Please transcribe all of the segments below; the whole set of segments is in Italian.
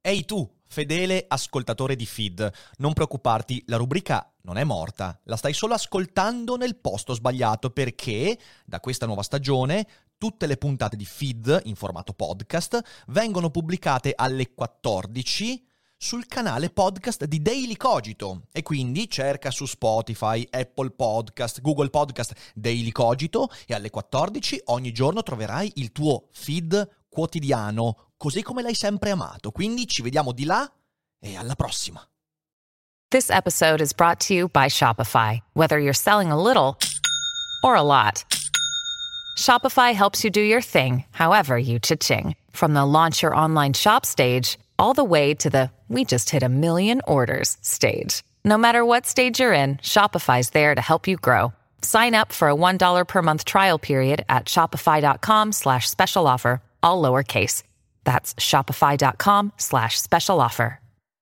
Ehi tu, fedele ascoltatore di Feed, non preoccuparti, la rubrica non è morta, la stai solo ascoltando nel posto sbagliato perché da questa nuova stagione tutte le puntate di Feed in formato podcast vengono pubblicate alle 14 sul canale podcast di Daily Cogito e quindi cerca su Spotify, Apple Podcast, Google Podcast Daily Cogito e alle 14 ogni giorno troverai il tuo feed quotidiano, così come l'hai sempre amato. Quindi ci vediamo di là e alla prossima. This episode is brought to you by Shopify. Whether you're selling a little or a lot, Shopify helps you do your thing, however you cha-ching. From the launch your online shop stage, all the way to the we just hit 1 million orders stage. No matter what stage you're in, Shopify's there to help you grow. Sign up for a $1 per month trial period at shopify.com/special offer, all lowercase. That's shopify.com/special offer.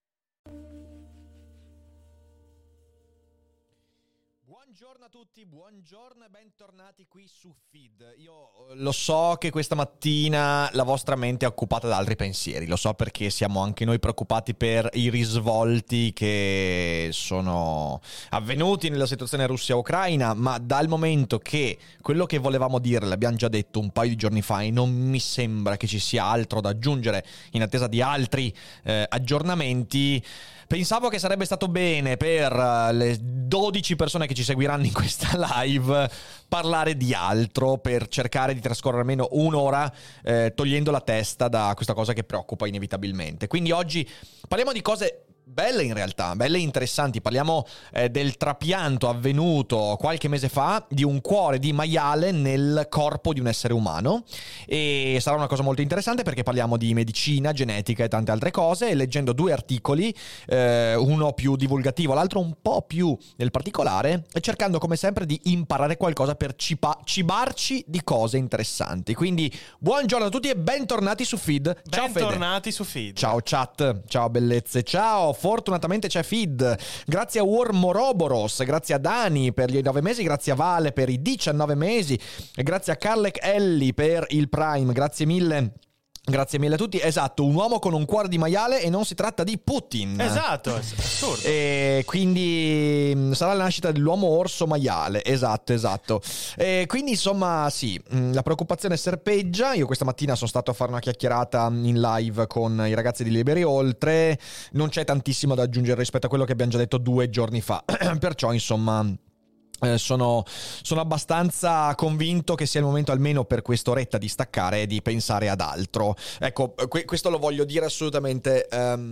Buongiorno a tutti, buongiorno e bentornati qui su Feed. Io lo so che questa mattina la vostra mente è occupata da altri pensieri, lo so perché siamo anche noi preoccupati per i risvolti che sono avvenuti nella situazione Russia-Ucraina, ma dal momento che quello che volevamo dire l'abbiamo già detto un paio di giorni fa e non mi sembra che ci sia altro da aggiungere in attesa di altri aggiornamenti, pensavo che sarebbe stato bene per le 12 persone che ci seguiranno in questa live parlare di altro per cercare di trascorrere almeno un'ora togliendo la testa da questa cosa che preoccupa inevitabilmente. Quindi oggi parliamo di cose belle in realtà, belle e interessanti. Parliamo del trapianto avvenuto qualche mese fa di un cuore di maiale nel corpo di un essere umano e sarà una cosa molto interessante perché parliamo di medicina, genetica e tante altre cose e leggendo due articoli, uno più divulgativo, l'altro un po' più nel particolare e cercando come sempre di imparare qualcosa per cibarci di cose interessanti. Quindi buongiorno a tutti e bentornati su Feed. Ciao bentornati Fede. Su Feed. Ciao chat, ciao bellezze, ciao. Fortunatamente c'è Feed, grazie a Wormoroboros, grazie a Dani per gli 9 mesi, grazie a Vale per i 19 mesi, e grazie a Carlec Ellie per il Prime, grazie mille. Grazie mille a tutti. Esatto, un uomo con un cuore di maiale e non si tratta di Putin. Esatto, è assurdo. E quindi sarà la nascita dell'uomo orso maiale. Esatto. E quindi insomma sì, la preoccupazione serpeggia. Io questa mattina sono stato a fare una chiacchierata in live con i ragazzi di Liberi Oltre. Non c'è tantissimo da aggiungere rispetto a quello che abbiamo già detto 2 giorni fa. Perciò insomma sono abbastanza convinto che sia il momento almeno per quest'oretta di staccare e di pensare ad altro. Ecco, questo lo voglio dire assolutamente.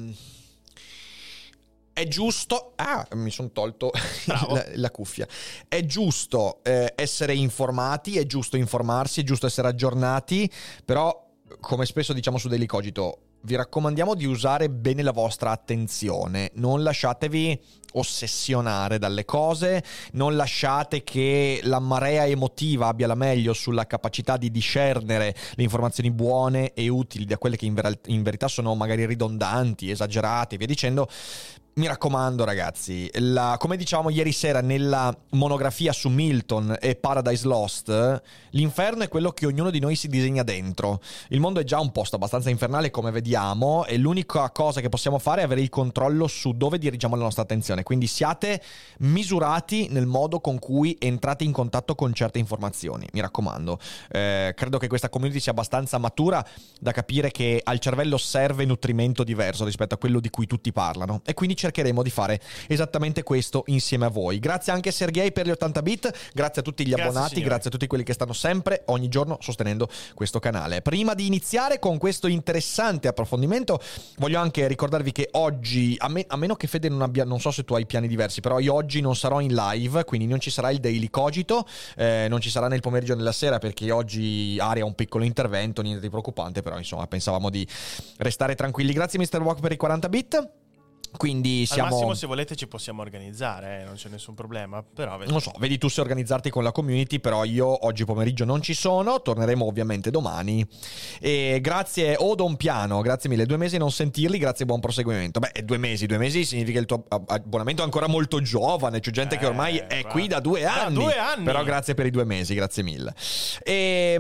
È giusto. Mi sono tolto la cuffia. È giusto essere informati, è giusto informarsi, è giusto essere aggiornati, però come spesso diciamo su Daily Cogito, vi raccomandiamo di usare bene la vostra attenzione, non lasciatevi ossessionare dalle cose, non lasciate che la marea emotiva abbia la meglio sulla capacità di discernere le informazioni buone e utili da quelle che in verità sono magari ridondanti, esagerate, via dicendo. Mi raccomando ragazzi, come dicevamo ieri sera nella monografia su Milton e Paradise Lost, l'inferno è quello che ognuno di noi si disegna dentro. Il mondo è già un posto abbastanza infernale come vediamo e l'unica cosa che possiamo fare è avere il controllo su dove dirigiamo la nostra attenzione. Quindi siate misurati nel modo con cui entrate in contatto con certe informazioni, mi raccomando. Credo che questa community sia abbastanza matura da capire che al cervello serve nutrimento diverso rispetto a quello di cui tutti parlano e quindi cercheremo di fare esattamente questo insieme a voi. Grazie anche a Sergei per gli 80 bit, grazie a tutti gli abbonati, signore. grazie a tutti quelli che stanno sempre, ogni giorno sostenendo questo canale. Prima di iniziare con questo interessante approfondimento, voglio anche ricordarvi che oggi, a meno che Fede non so se tu hai piani diversi, però io oggi non sarò in live, quindi non ci sarà il Daily Cogito, non ci sarà nel pomeriggio e nella sera perché oggi Aria ha un piccolo intervento, niente di preoccupante, però insomma pensavamo di restare tranquilli. Grazie Mr. Walk per i 40 bit. Quindi Al massimo, se volete, ci possiamo organizzare, non c'è nessun problema. Però non so, vedi tu se organizzarti con la community, però io oggi pomeriggio non ci sono, torneremo ovviamente domani. E grazie Odon Piano, grazie mille. 2 mesi non sentirli, grazie, buon proseguimento. Beh, 2 mesi significa che il tuo abbonamento è ancora molto giovane, c'è gente che ormai è qui da 2 anni. Da 2 anni. Però grazie per i 2 mesi, grazie mille. E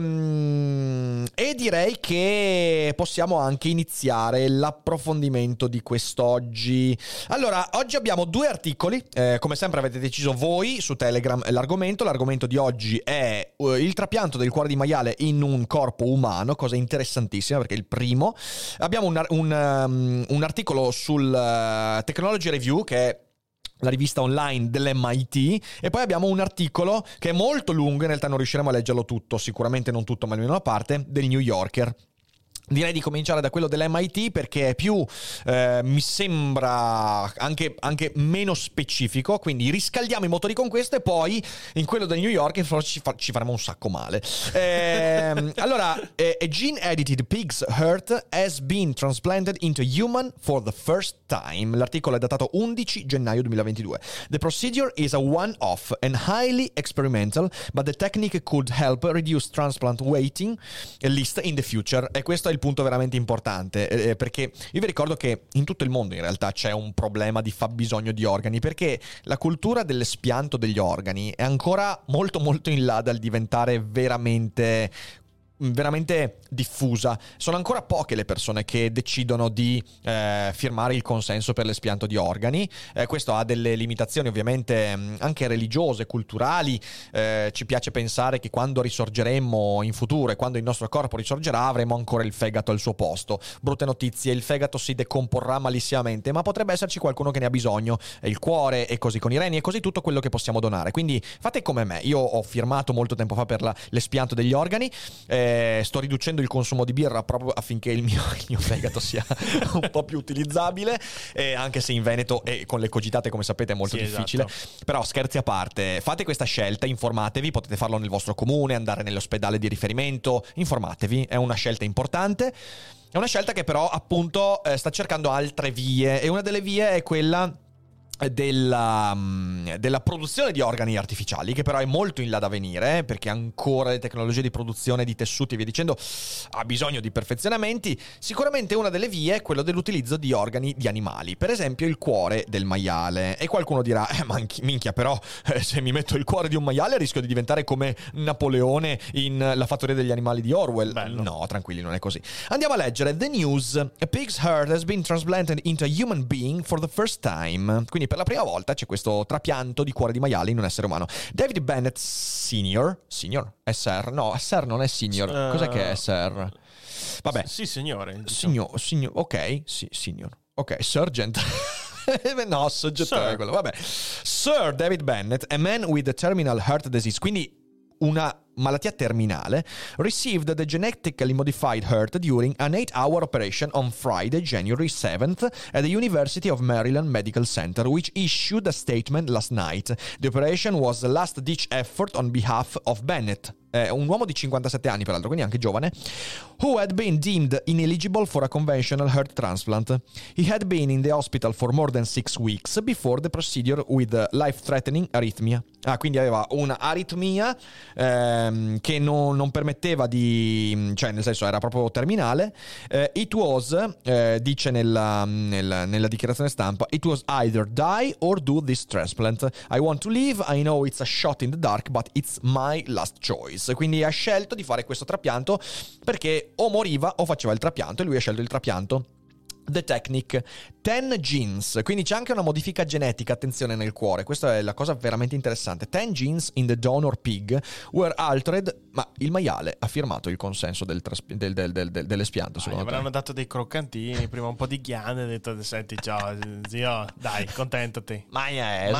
direi che possiamo anche iniziare l'approfondimento di quest'oggi. Allora, oggi abbiamo 2 articoli, come sempre avete deciso voi su Telegram l'argomento di oggi è il trapianto del cuore di maiale in un corpo umano, cosa interessantissima perché è il primo. Abbiamo un articolo sul Technology Review, che è la rivista online dell'MIT, e poi abbiamo un articolo che è molto lungo, in realtà non riusciremo a leggerlo tutto, sicuramente non tutto, ma almeno una parte, del New Yorker. Direi di cominciare da quello dell'MIT perché è più, mi sembra, anche meno specifico, quindi riscaldiamo i motori con questo e poi in quello del New York forse ci faremo un sacco male. Allora, a gene-edited pig's heart has been transplanted into human for the first time. L'articolo è datato 11 gennaio 2022. The procedure is a one-off and highly experimental, but the technique could help reduce transplant waiting list in the future. E questo è il punto veramente importante, perché io vi ricordo che in tutto il mondo in realtà c'è un problema di fabbisogno di organi, perché la cultura dell'espianto degli organi è ancora molto molto in là dal diventare veramente diffusa. Sono ancora poche le persone che decidono di firmare il consenso per l'espianto di organi. Questo ha delle limitazioni ovviamente anche religiose, culturali. Ci piace pensare che quando risorgeremo in futuro e quando il nostro corpo risorgerà avremo ancora il fegato al suo posto. Brutte notizie, il fegato si decomporrà malissimamente, ma potrebbe esserci qualcuno che ne ha bisogno, il cuore e così con i reni e così tutto quello che possiamo donare. Quindi fate come me, io ho firmato molto tempo fa per l'espianto degli organi. Sto riducendo il consumo di birra proprio affinché il mio fegato sia un po' più utilizzabile, anche se in Veneto e con le cogitate, come sapete, è molto difficile. Esatto. Però scherzi a parte, fate questa scelta, informatevi, potete farlo nel vostro comune, andare nell'ospedale di riferimento, informatevi, è una scelta importante. È una scelta che però appunto sta cercando altre vie, e una delle vie è quella della produzione di organi artificiali, che però è molto in là da venire, perché ancora le tecnologie di produzione di tessuti e via dicendo ha bisogno di perfezionamenti. Sicuramente una delle vie è quello dell'utilizzo di organi di animali, per esempio il cuore del maiale. E qualcuno dirà ma minchia, però se mi metto il cuore di un maiale rischio di diventare come Napoleone in La fattoria degli animali di Orwell. Bello. No, tranquilli, non è così. Andiamo a leggere The News. A pig's heart has been transplanted into a human being for the first time. Quindi per la prima volta c'è questo trapianto di cuore di maiale in un essere umano. David Bennett Senior, SR? No, SR non è senior. Cos'è che è SR? Vabbè. Sì, signore. Signor, ok, sì, senior. Ok, Sergeant. No, Sergeant è quello. Vabbè. Sir David Bennett, a man with a terminal heart disease, quindi una malattia terminale, received the genetically modified heart during an 8-hour operation on Friday, January 7th, at the University of Maryland Medical Center, which issued a statement last night. The operation was a last-ditch effort on behalf of Bennett, un uomo di 57 anni peraltro, quindi anche giovane, who had been deemed ineligible for a conventional heart transplant. He had been in the hospital for more than 6 weeks before the procedure with life-threatening arrhythmia. Quindi aveva un'aritmia che non permetteva di, cioè nel senso era proprio terminale. It was, dice nella dichiarazione stampa, it was either die or do this transplant. I want to live, I know it's a shot in the dark, but it's my last choice. Quindi ha scelto di fare questo trapianto perché o moriva o faceva il trapianto, e lui ha scelto il trapianto. The technique, 10 genes, quindi c'è anche una modifica genetica, attenzione, nel cuore, questa è la cosa veramente interessante. 10 genes in the donor pig were altered, ma il maiale ha firmato il consenso dell'espianto. Gli avranno dato dei croccantini, prima un po' di ghiande, ha detto senti ciao zio, dai, contentati. Maia.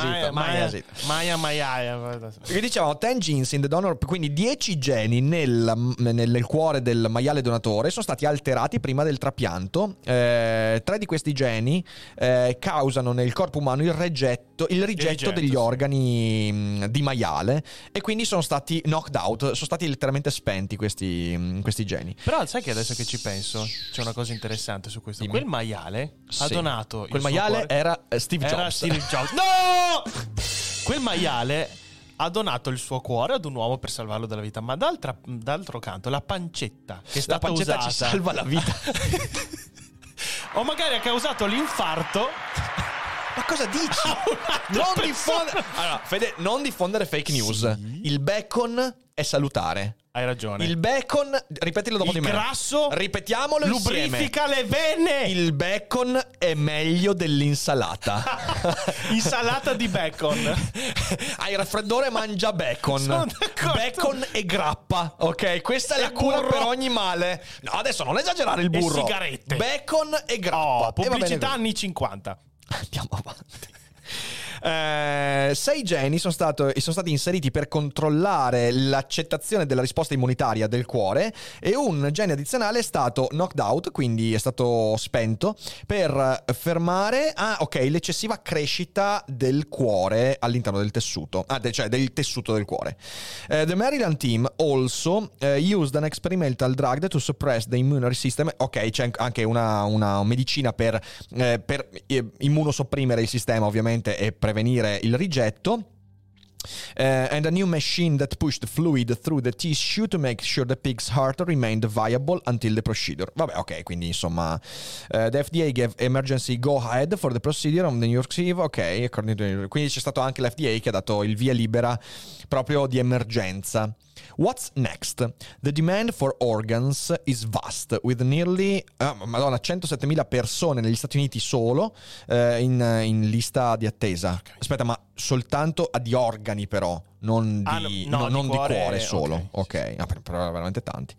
Che dicevamo 10 genes in the donor, quindi 10 geni nel cuore del maiale donatore sono stati alterati prima del trapianto, 3 di questi geni causano nel corpo umano il rigetto degli organi di maiale, e quindi sono stati knocked out, sono stati letteralmente spenti questi geni. Però sai che adesso che ci penso c'è una cosa interessante su questo. Dimmi. Quel maiale ha donato quel maiale era Steve Jobs. No! Quel maiale ha donato il suo cuore ad un uomo per salvarlo dalla vita, ma d'altro canto la pancetta che è stata usata ci salva la vita. O magari ha causato l'infarto. Ma cosa dici? Allora, Fede, non diffondere fake news. Sì. Il bacon è salutare. Hai ragione. Il bacon, ripetilo dopo di me. Il grasso ripetiamolo insieme. lubrifica le vene. Il bacon è meglio dell'insalata. Insalata di bacon. Hai raffreddore, mangia bacon. Sono d'accordo. Bacon e grappa, ok? Questa è la cura per ogni male. No, adesso non esagerare il burro. E sigarette. Bacon e grappa. Oh, pubblicità anni 50. Andiamo avanti. 6 geni sono stati inseriti per controllare l'accettazione della risposta immunitaria del cuore, e un gene addizionale è stato knocked out, quindi è stato spento, per fermare l'eccessiva crescita del cuore all'interno del tessuto, cioè del tessuto del cuore. The Maryland team also used an experimental drug to suppress the immune system. Ok, c'è anche una medicina per immunosopprimere il sistema, ovviamente, e prevenire il rigetto. And a new machine that pushed fluid through the tissue to make sure the pig's heart remained viable until the procedure. Vabbè, ok, quindi insomma the FDA gave emergency go-ahead for the procedure on the New York City. Ok, quindi c'è stato anche l'FDA che ha dato il via libera proprio di emergenza. What's next? The demand for organs is vast, with nearly 107.000 persone negli Stati Uniti solo in lista di attesa. Okay. Aspetta, ma soltanto di organi però, non di cuore solo. Ok, no, però veramente tanti.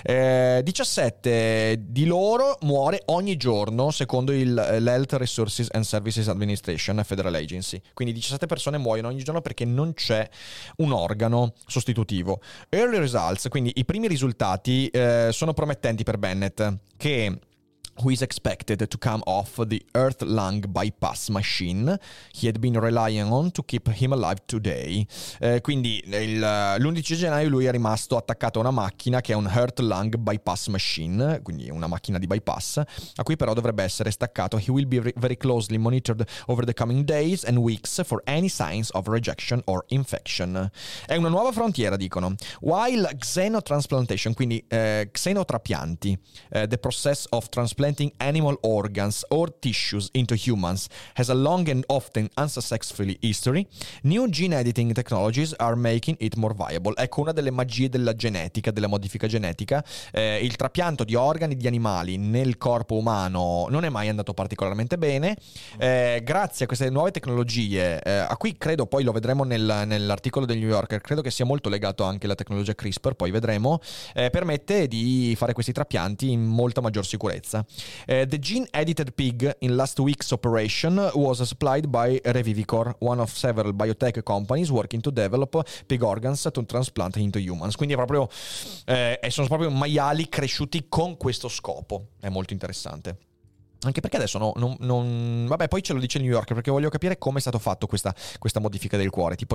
17 di loro muore ogni giorno secondo l'Health Resources and Services Administration, Federal Agency. Quindi 17 persone muoiono ogni giorno perché non c'è un organo sostitutivo. Early results, quindi i primi risultati sono promettenti per Bennett, che who is expected to come off the earth-lung bypass machine he had been relying on to keep him alive today. Quindi l'11 gennaio lui è rimasto attaccato a una macchina che è un earth-lung bypass machine, quindi una macchina di bypass, a cui però dovrebbe essere staccato. He will be very closely monitored over the coming days and weeks for any signs of rejection or infection. È una nuova frontiera, dicono. While xenotransplantation, quindi xenotrapianti, the process of transplanting animal organs or tissues into humans has a long and often unsuccessful history, new gene editing technologies are making it more viable. Ecco, una delle magie della genetica, della modifica genetica, il trapianto di organi di animali nel corpo umano non è mai andato particolarmente bene. Grazie a queste nuove tecnologie, a cui credo poi lo vedremo nell'articolo del New Yorker, credo che sia molto legato anche alla tecnologia CRISPR, poi vedremo, permette di fare questi trapianti in molta maggior sicurezza. The gene-edited pig in last week's operation was supplied by Revivicor, one of several biotech companies working to develop pig organs to transplant into humans. Quindi è proprio, sono proprio maiali cresciuti con questo scopo. È molto interessante. Anche perché adesso vabbè, poi ce lo dice il New Yorker, perché voglio capire come è stato fatto questa modifica del cuore. Tipo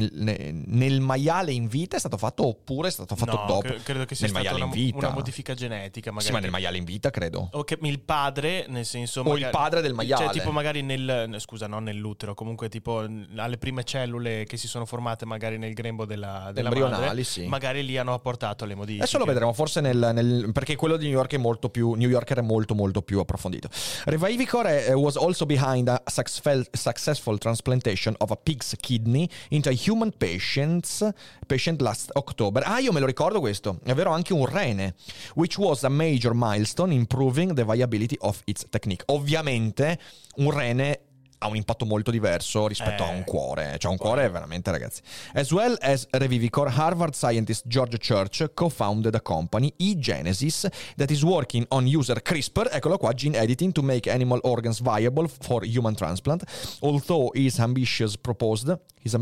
nel maiale in vita è stato fatto, oppure è stato fatto dopo? Credo che sia stata una modifica genetica, magari. Sì, ma nel maiale in vita, credo. O che il padre, nel senso, o il padre del maiale. Cioè tipo magari non nell'utero, comunque tipo alle prime cellule che si sono formate magari nel grembo della madre, sì. Magari lì hanno apportato le modifiche. Adesso lo vedremo, forse perché quello di New York è molto molto più approfondito. Revivicor was also behind a successful transplantation of a pig's kidney into a human patient last October. Io me lo ricordo questo, è vero, anche un rene, which was a major milestone improving the viability of its technique. Ovviamente un rene ha un impatto molto diverso rispetto a un cuore. Cioè un cuore è veramente, ragazzi. As well as Revivicor, Harvard scientist George Church co-founded a company, eGenesis, that is working on user CRISPR, eccolo qua, gene editing to make animal organs viable for human transplant. Although his ambitious proposed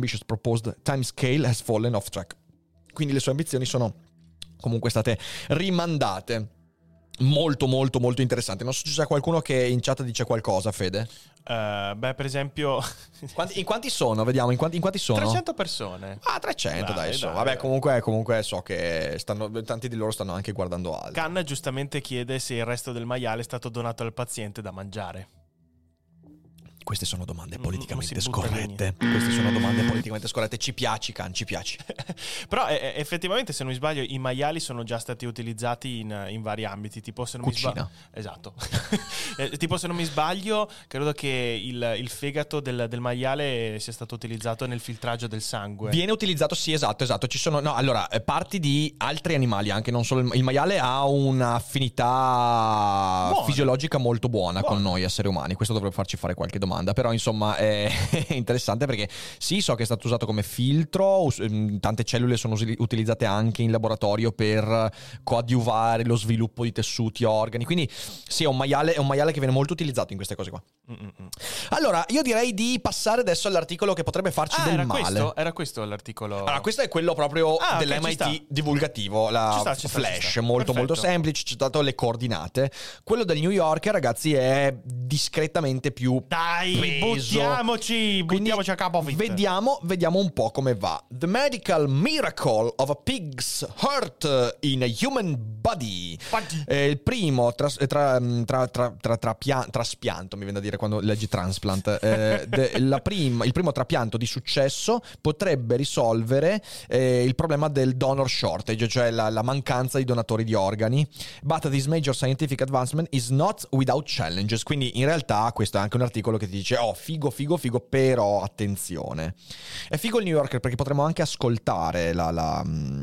timescale has fallen off track. Quindi le sue ambizioni sono comunque state rimandate. molto molto molto interessante. Non so se c'è qualcuno che in chat dice qualcosa, Fede. Per esempio In quanti sono? Vediamo, in quanti sono? 300 persone. 300 dai. Dai. Vabbè, comunque so che tanti di loro stanno anche guardando altro. Khan giustamente chiede se il resto del maiale è stato donato al paziente da mangiare. Queste sono domande politicamente si butta scorrette. Queste sono domande politicamente scorrette. Ci piaci, Khan, ci piaci. Però effettivamente, se non mi sbaglio, i maiali sono già stati utilizzati in vari ambiti. Tipo, se non Cucina. Esatto. Tipo, se non mi sbaglio, credo che il fegato del maiale sia stato utilizzato nel filtraggio del sangue. Viene utilizzato, sì, esatto. Ci sono, no, allora, parti di altri animali, anche non solo il maiale ha un'affinità fisiologica molto buona con noi esseri umani. Questo dovrebbe farci fare qualche domanda. Però insomma è interessante perché sì, so che è stato usato come filtro, tante cellule sono utilizzate anche in laboratorio per coadiuvare lo sviluppo di tessuti, organi, quindi sì, è un maiale che viene molto utilizzato in queste cose qua. Allora io direi di passare adesso all'articolo che potrebbe farci del male. Era questo l'articolo. Allora, questo è quello proprio dell'MIT divulgativo, la Flash, molto molto semplice, ci ho dato le coordinate. Quello del New Yorker, ragazzi, è discretamente più buttiamoci a capo. Vediamo un po' come va. The medical miracle of a pig's heart in a human body. Il primo traspianto, mi viene da dire quando leggi transplant. Il primo trapianto di successo potrebbe risolvere il problema del donor shortage, cioè la mancanza di donatori di organi. But this major scientific advancement is not without challenges. Quindi in realtà questo è anche un articolo che ti dice figo, però attenzione. È figo il New Yorker perché potremo anche ascoltare la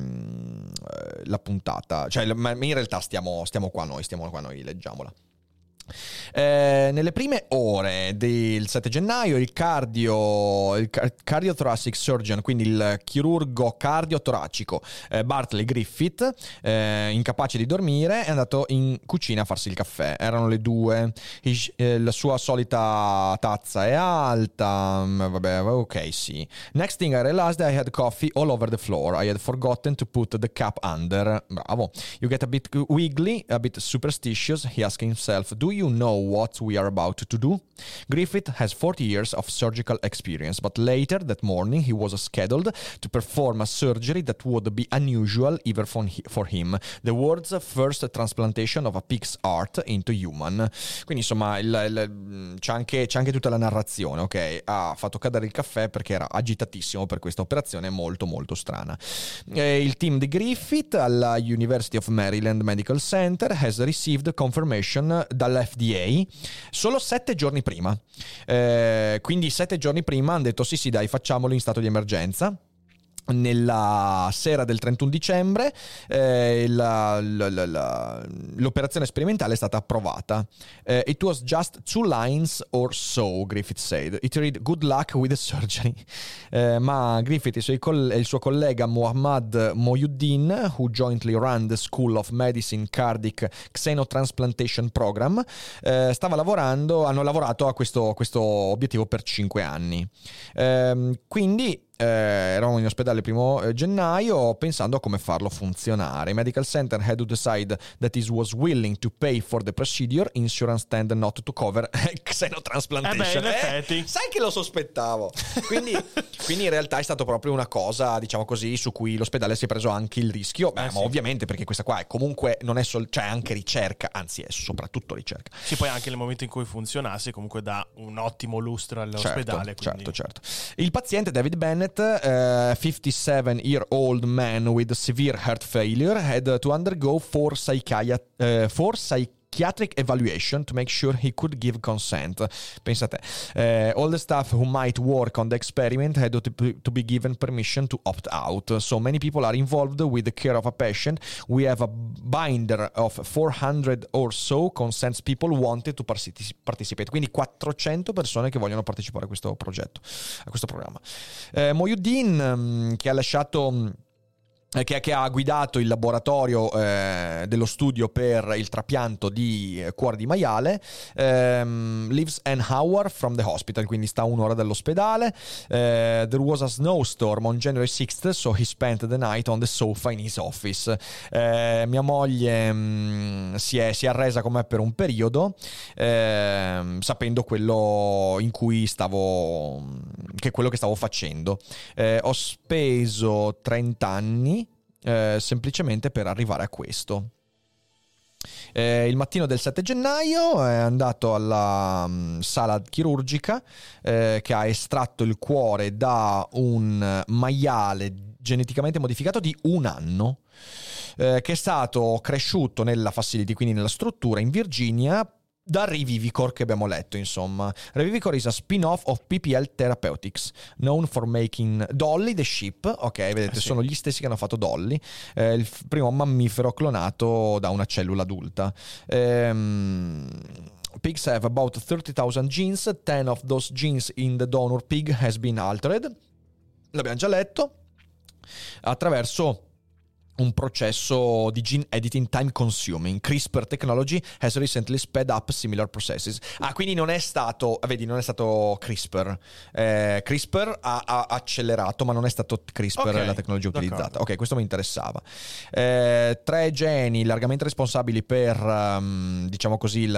puntata, cioè in realtà stiamo qua noi, leggiamola. Nelle prime ore del 7 gennaio il cardiothoracic surgeon, quindi il chirurgo cardiotoracico Bartley Griffith, incapace di dormire, è andato in cucina a farsi il caffè. Erano le 2, la sua solita tazza è alta, vabbè, ok, sì. Next thing I realized I had coffee all over the floor. I had forgotten to put the cup under. Bravo. You get a bit wiggly, a bit superstitious. He asked himself, do you know what we are about to do? Griffith has 40 years of surgical experience, but later that morning he was scheduled to perform a surgery that would be unusual even for him. The world's first transplantation of a pig's heart into human. Quindi insomma c'è anche tutta la narrazione, ok? Ha fatto cadere il caffè perché era agitatissimo per questa operazione molto molto strana. Il team di Griffith alla University of Maryland Medical Center has received confirmation dall'FDA solo 7 giorni prima. Quindi 7 giorni prima hanno detto sì dai, facciamolo in stato di emergenza. Nella sera del 31 dicembre l'operazione sperimentale è stata approvata. It was just 2 lines or so, Griffith said. It read good luck with the surgery. Ma Griffith e il suo collega Mohammad Mohyuddin, who jointly ran the School of Medicine Cardiac Xenotransplantation Program, hanno lavorato a questo obiettivo per 5 anni. Quindi eravamo in ospedale il 1 gennaio pensando a come farlo funzionare. Medical Center had to decide that it was willing to pay for the procedure. Insurance tend not to cover xenotransplantation. Sai che lo sospettavo. Quindi in realtà è stato proprio una cosa, diciamo così, su cui l'ospedale si è preso anche il rischio. Ma ovviamente, perché questa qua è comunque non è c'è anche ricerca, anzi è soprattutto ricerca. Sì, poi anche nel momento in cui funzionasse comunque dà un ottimo lustro all'ospedale. Certo. Il paziente David Bennett, 57-year-old man with severe heart failure, had to undergo 4 psychiatric evaluation to make sure he could give consent. Pensa a te. All the staff who might work on the experiment had to be given permission to opt out. So many people are involved with the care of a patient. We have a binder of 400 or so consents people wanted to participate. Quindi 400 persone che vogliono partecipare a questo progetto, a questo programma. Mohyuddin, che ha lasciato che ha guidato il laboratorio dello studio per il trapianto di cuore di maiale, lives an hour from the hospital, quindi sta un'ora dall'ospedale. There was a snowstorm on January 6th, so he spent the night on the sofa in his office. Mia moglie si è arresa con me per un periodo, sapendo quello in cui quello che stavo facendo. Ho speso 30 anni semplicemente per arrivare a questo. Il mattino del 7 gennaio è andato alla sala chirurgica che ha estratto il cuore da un maiale geneticamente modificato di 1 anno, che è stato cresciuto nella facility, quindi nella struttura in Virginia, da Revivicor, che abbiamo letto, insomma. Revivicor is a spin-off of PPL Therapeutics, known for making Dolly the sheep. Ok, vedete, sì. sono gli stessi che hanno fatto Dolly, il primo mammifero clonato da una cellula adulta. Pigs have about 30,000 genes. 10 of those genes in the donor pig has been altered. L'abbiamo già letto. Attraverso un processo di gene editing time consuming. CRISPR technology has recently sped up similar processes. Quindi non è stato CRISPR. CRISPR ha accelerato, ma non è stato CRISPR la tecnologia utilizzata. D'accordo. Ok, questo mi interessava. 3 geni largamente responsabili per, diciamo così,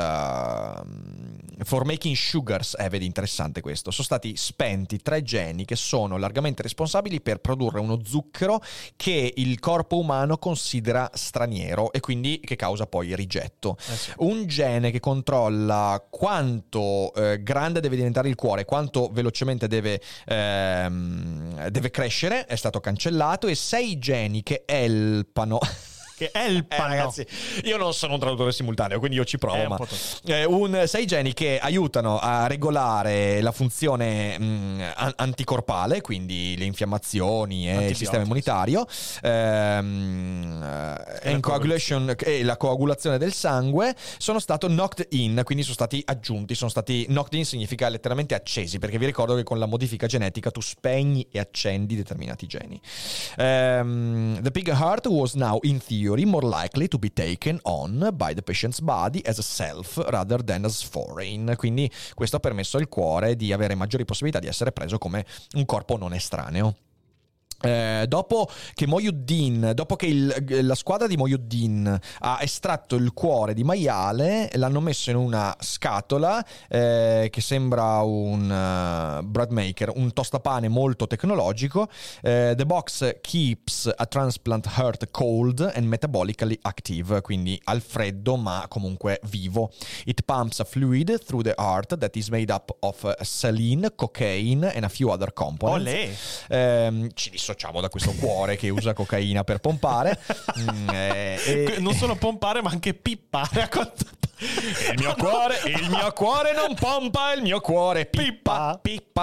for making sugars. Vedi, interessante questo. Sono stati spenti 3 geni che sono largamente responsabili per produrre uno zucchero che il corpo umano considera straniero e quindi che causa poi rigetto. Sì. Un gene che controlla quanto grande deve diventare il cuore, quanto velocemente deve crescere, è stato cancellato, e 6 geni che elpano. Ragazzi, io non sono un traduttore simultaneo, quindi io ci provo, ma 6 geni che aiutano a regolare la funzione anticorpale, quindi le infiammazioni e il sistema immunitario, e la coagulazione del sangue, sono stato knocked in, quindi sono stati aggiunti. Knocked in significa letteralmente accesi, perché vi ricordo che con la modifica genetica tu spegni e accendi determinati geni. The pig heart was now in theory more likely to be taken on by the patient's body as a self rather than as foreign. Quindi questo ha permesso al cuore di avere maggiori possibilità di essere preso come un corpo non estraneo. Dopo che la squadra di Mohyuddin ha estratto il cuore di maiale, l'hanno messo in una scatola che sembra un bread maker, un tostapane molto tecnologico. The box keeps a transplant heart cold and metabolically active, quindi al freddo ma comunque vivo. It pumps a fluid through the heart that is made up of saline, cocaine and a few other components. Ci dissociamo da questo cuore che usa cocaina per pompare. Non solo pompare, ma anche pippare. Il mio cuore non pompa, il mio cuore pippa,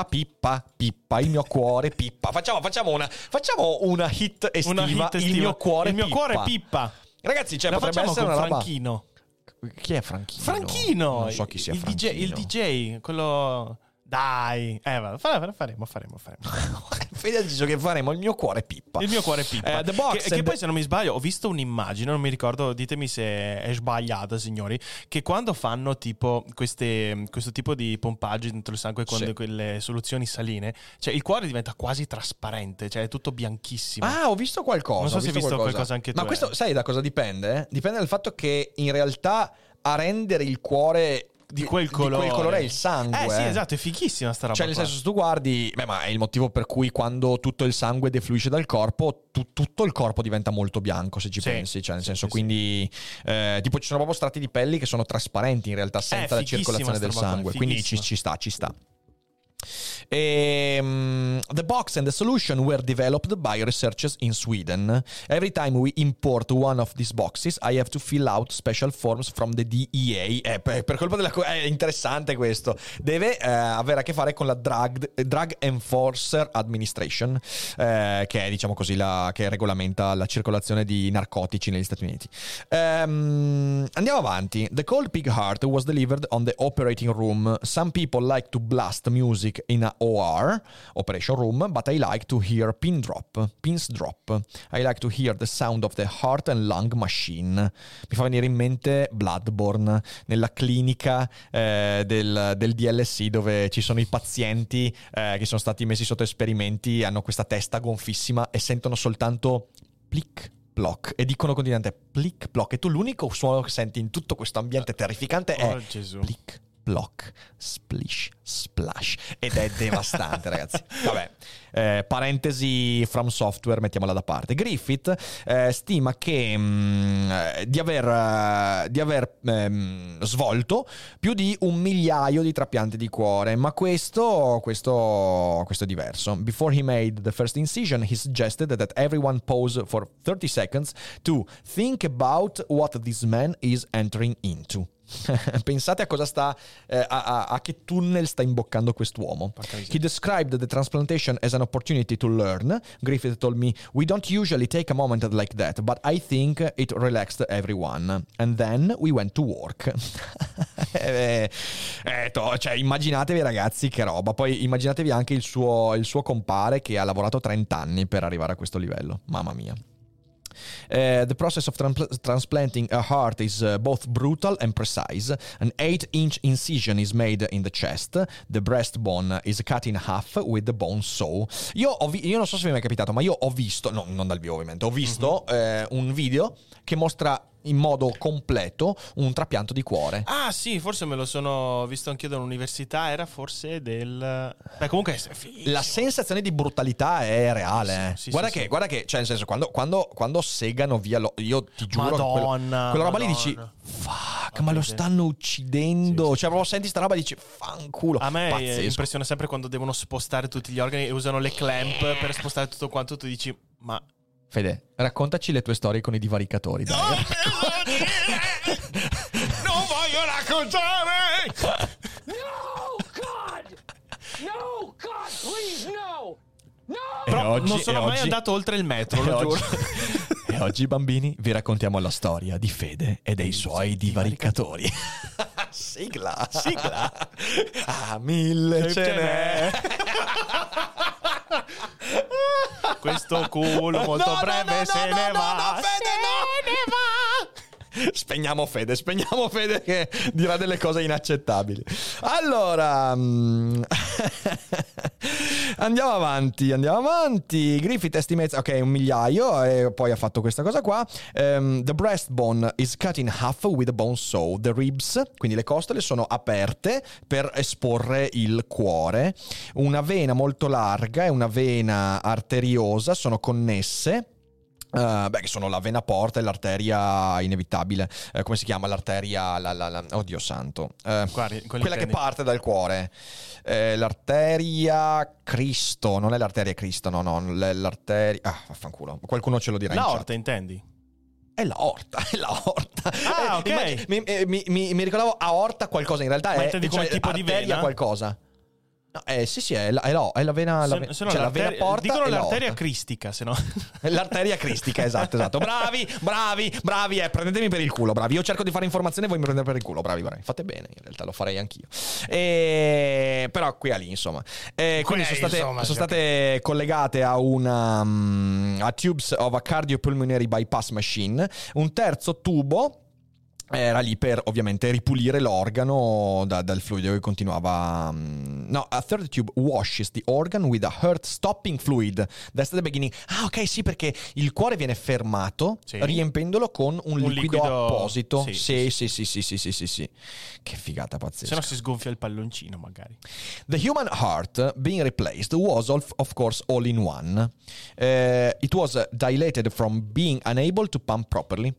il mio cuore pippa. Facciamo una hit estiva. Il mio cuore pippa. Ragazzi, potrebbe essere una roba. Franchino. Chi è Franchino? Franchino. Non so chi sia Franchino. Il DJ, quello... Dai, faremo. Fede ha deciso che faremo il mio cuore pippa. Il mio cuore pippa. The box che poi, se non mi sbaglio, ho visto un'immagine, non mi ricordo, ditemi se è sbagliata, signori, che quando fanno tipo questo tipo di pompaggi dentro il sangue, quando quelle soluzioni saline, cioè il cuore diventa quasi trasparente, cioè è tutto bianchissimo. Ho visto qualcosa. Non so se hai visto qualcosa anche tu. Ma questo sai da cosa dipende? Dipende dal fatto che in realtà a rendere il cuore di quel colore è il sangue. Sì, esatto, è fighissima sta roba. Cioè, nel senso, se tu guardi, ma è il motivo per cui quando tutto il sangue defluisce dal corpo, tutto il corpo diventa molto bianco, se ci pensi. Cioè, nel senso, quindi tipo ci sono proprio strati di pelli che sono trasparenti in realtà senza la circolazione del sangue. Quindi ci sta. The box and the solution were developed by researchers in Sweden. Every time we import one of these boxes, I have to fill out special forms from the DEA. Per colpa della è interessante questo. Deve avere a che fare con la Drug Enforcer Administration, che è, diciamo così, che regolamenta la circolazione di narcotici negli Stati Uniti. Andiamo avanti. The cold pig heart was delivered on the operating room. Some people like to blast music in in OR, Operation Room, but I like to hear pins drop. I like to hear the sound of the heart and lung machine. Mi fa venire in mente Bloodborne, nella clinica del DLC dove ci sono i pazienti che sono stati messi sotto esperimenti, hanno questa testa gonfissima e sentono soltanto plic ploc e dicono continuamente plic ploc, e tu l'unico suono che senti in tutto questo ambiente terrificante è plic ploc, splish, splash, ed è devastante, ragazzi. Vabbè, parentesi From Software, mettiamola da parte. Griffith stima che di aver svolto più di 1 migliaio di trapianti di cuore, ma questo è diverso. Before he made the first incision, he suggested that everyone pause for 30 seconds to think about what this man is entering into. Pensate a cosa sta a che tunnel sta imboccando quest'uomo. He described the transplantation as an opportunity to learn. Griffith told me, "We don't usually take a moment like that, but I think it relaxed everyone. And then we went to work." Cioè, immaginatevi, ragazzi, che roba. Poi immaginatevi anche il suo compare che ha lavorato 30 anni per arrivare a questo livello. Mamma mia. The process of transplanting a heart is both brutal and precise. An 8-inch incision is made in the chest. The breastbone is cut in half with the bone saw. Io non so se vi è mai capitato, ma io ho visto, no, non dal vivo ovviamente, ho visto un video che mostra in modo completo un trapianto di cuore. Ah sì, forse me lo sono visto anch'io dall'università. Era forse comunque la sensazione di brutalità è reale. Sì, guarda sì. che, cioè, nel senso, quando segano via io ti giuro, Madonna, quella roba lì dici fuck, ma lo stanno uccidendo. Cioè proprio senti sta roba e dici fanculo. A me pazzesco. impressiona sempre quando devono spostare tutti gli organi e usano le clamp per spostare tutto quanto. Tu dici, ma Fede, raccontaci le tue storie con i divaricatori, dai. Non voglio raccontare! No, God, please, no! No! Però oggi- non sono e mai oggi- andato oltre il metro, lo E giuro. oggi, e oggi, bambini, vi raccontiamo la storia di Fede e dei suoi divaricatori. Sigla! Ah, 1000 ce n'è! Questo culo molto breve se ne va. Fede, no! Spegniamo Fede che dirà delle cose inaccettabili. Allora, andiamo avanti. Griffith estimates, ok, 1 migliaio, e poi ha fatto questa cosa qua. The breastbone is cut in half with a bone saw. The ribs, quindi le costole, sono aperte per esporre il cuore. Una vena molto larga e una vena arteriosa sono connesse. Che sono la vena porta e l'arteria inevitabile. Come si chiama l'arteria? Oddio santo. Guardi, quella che parte dal cuore. L'arteria Cristo. Non è l'arteria Cristo, no. L'arteria. Ah, vaffanculo. Qualcuno ce lo dirà in L'aorta, chat. intendi? È l'aorta. Ah, ok. Mi ricordavo aorta qualcosa, in realtà Ma è intendi come tipo di arteria vena? qualcosa. No, sì, è la vena. Se no Cioè la vena porta. dicono e l'arteria l'aorta. cristica, se no. L'arteria cristica, esatto. Bravi, prendetemi per il culo, bravi. Io cerco di fare informazione e voi mi prendete per il culo, bravi. Fate bene, in realtà lo farei anch'io. Però qui a lì, insomma. Quindi sono state collegate a a tubes of a cardiopulmonary bypass machine. Un terzo tubo era lì per ovviamente ripulire l'organo dal fluido che continuava. No, a third tube washes the organ with a heart stopping fluid. That's the beginning. Ah, ok, sì, perché il cuore viene fermato, sì, riempendolo con un liquido apposito. Sì. Sì. Che figata pazzesca. Se no si sgonfia il palloncino, magari. The human heart being replaced was of course all in one. It was dilated from being unable to pump properly.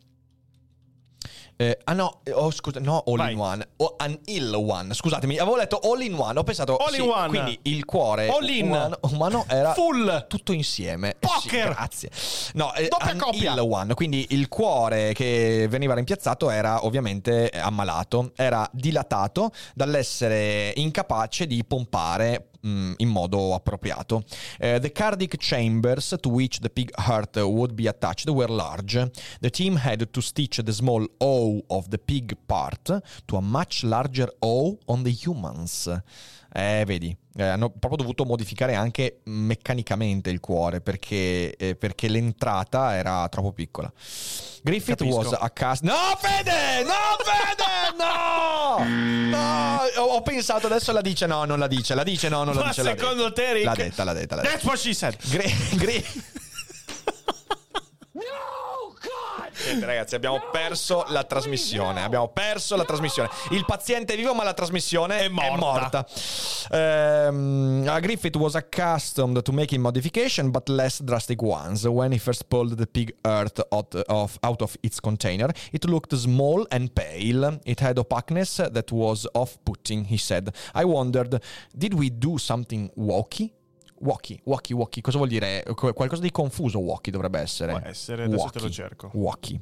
Scusa, no, all Vai. in one, an ill one. Scusatemi, avevo letto all in one, ho pensato All in one. quindi il cuore All in. umano era Full. tutto insieme. Poker. Sì, grazie. No, Doppia an coppia. ill one, quindi il cuore che veniva rimpiazzato era ovviamente ammalato, era dilatato dall'essere incapace di pompare in modo appropriato. The cardiac chambers to which the pig heart would be attached were large. The team had to stitch the small O of the pig part to a much larger O on the humans. Vedi, Hanno proprio dovuto modificare anche meccanicamente il cuore perché l'entrata era troppo piccola. Griffith Capisco. was a cast. No, Fede! No! Ho pensato, adesso la dice, no, non la dice. La dice, no, non la Ma dice. secondo te, Rick? L'ha detta. That's what she said. No, God! Niente, ragazzi, abbiamo perso la trasmissione. Il paziente è vivo, ma la trasmissione è morta. Griffith was accustomed to making modification, but less drastic ones. When he first pulled the pig earth out of its container, it looked small and pale. It had opaqueness that was off-putting, he said. I wondered, did we do something wacky? Wacky. Cosa vuol dire? Qualcosa di confuso, wacky dovrebbe essere. Può essere, adesso te lo cerco. Wacky.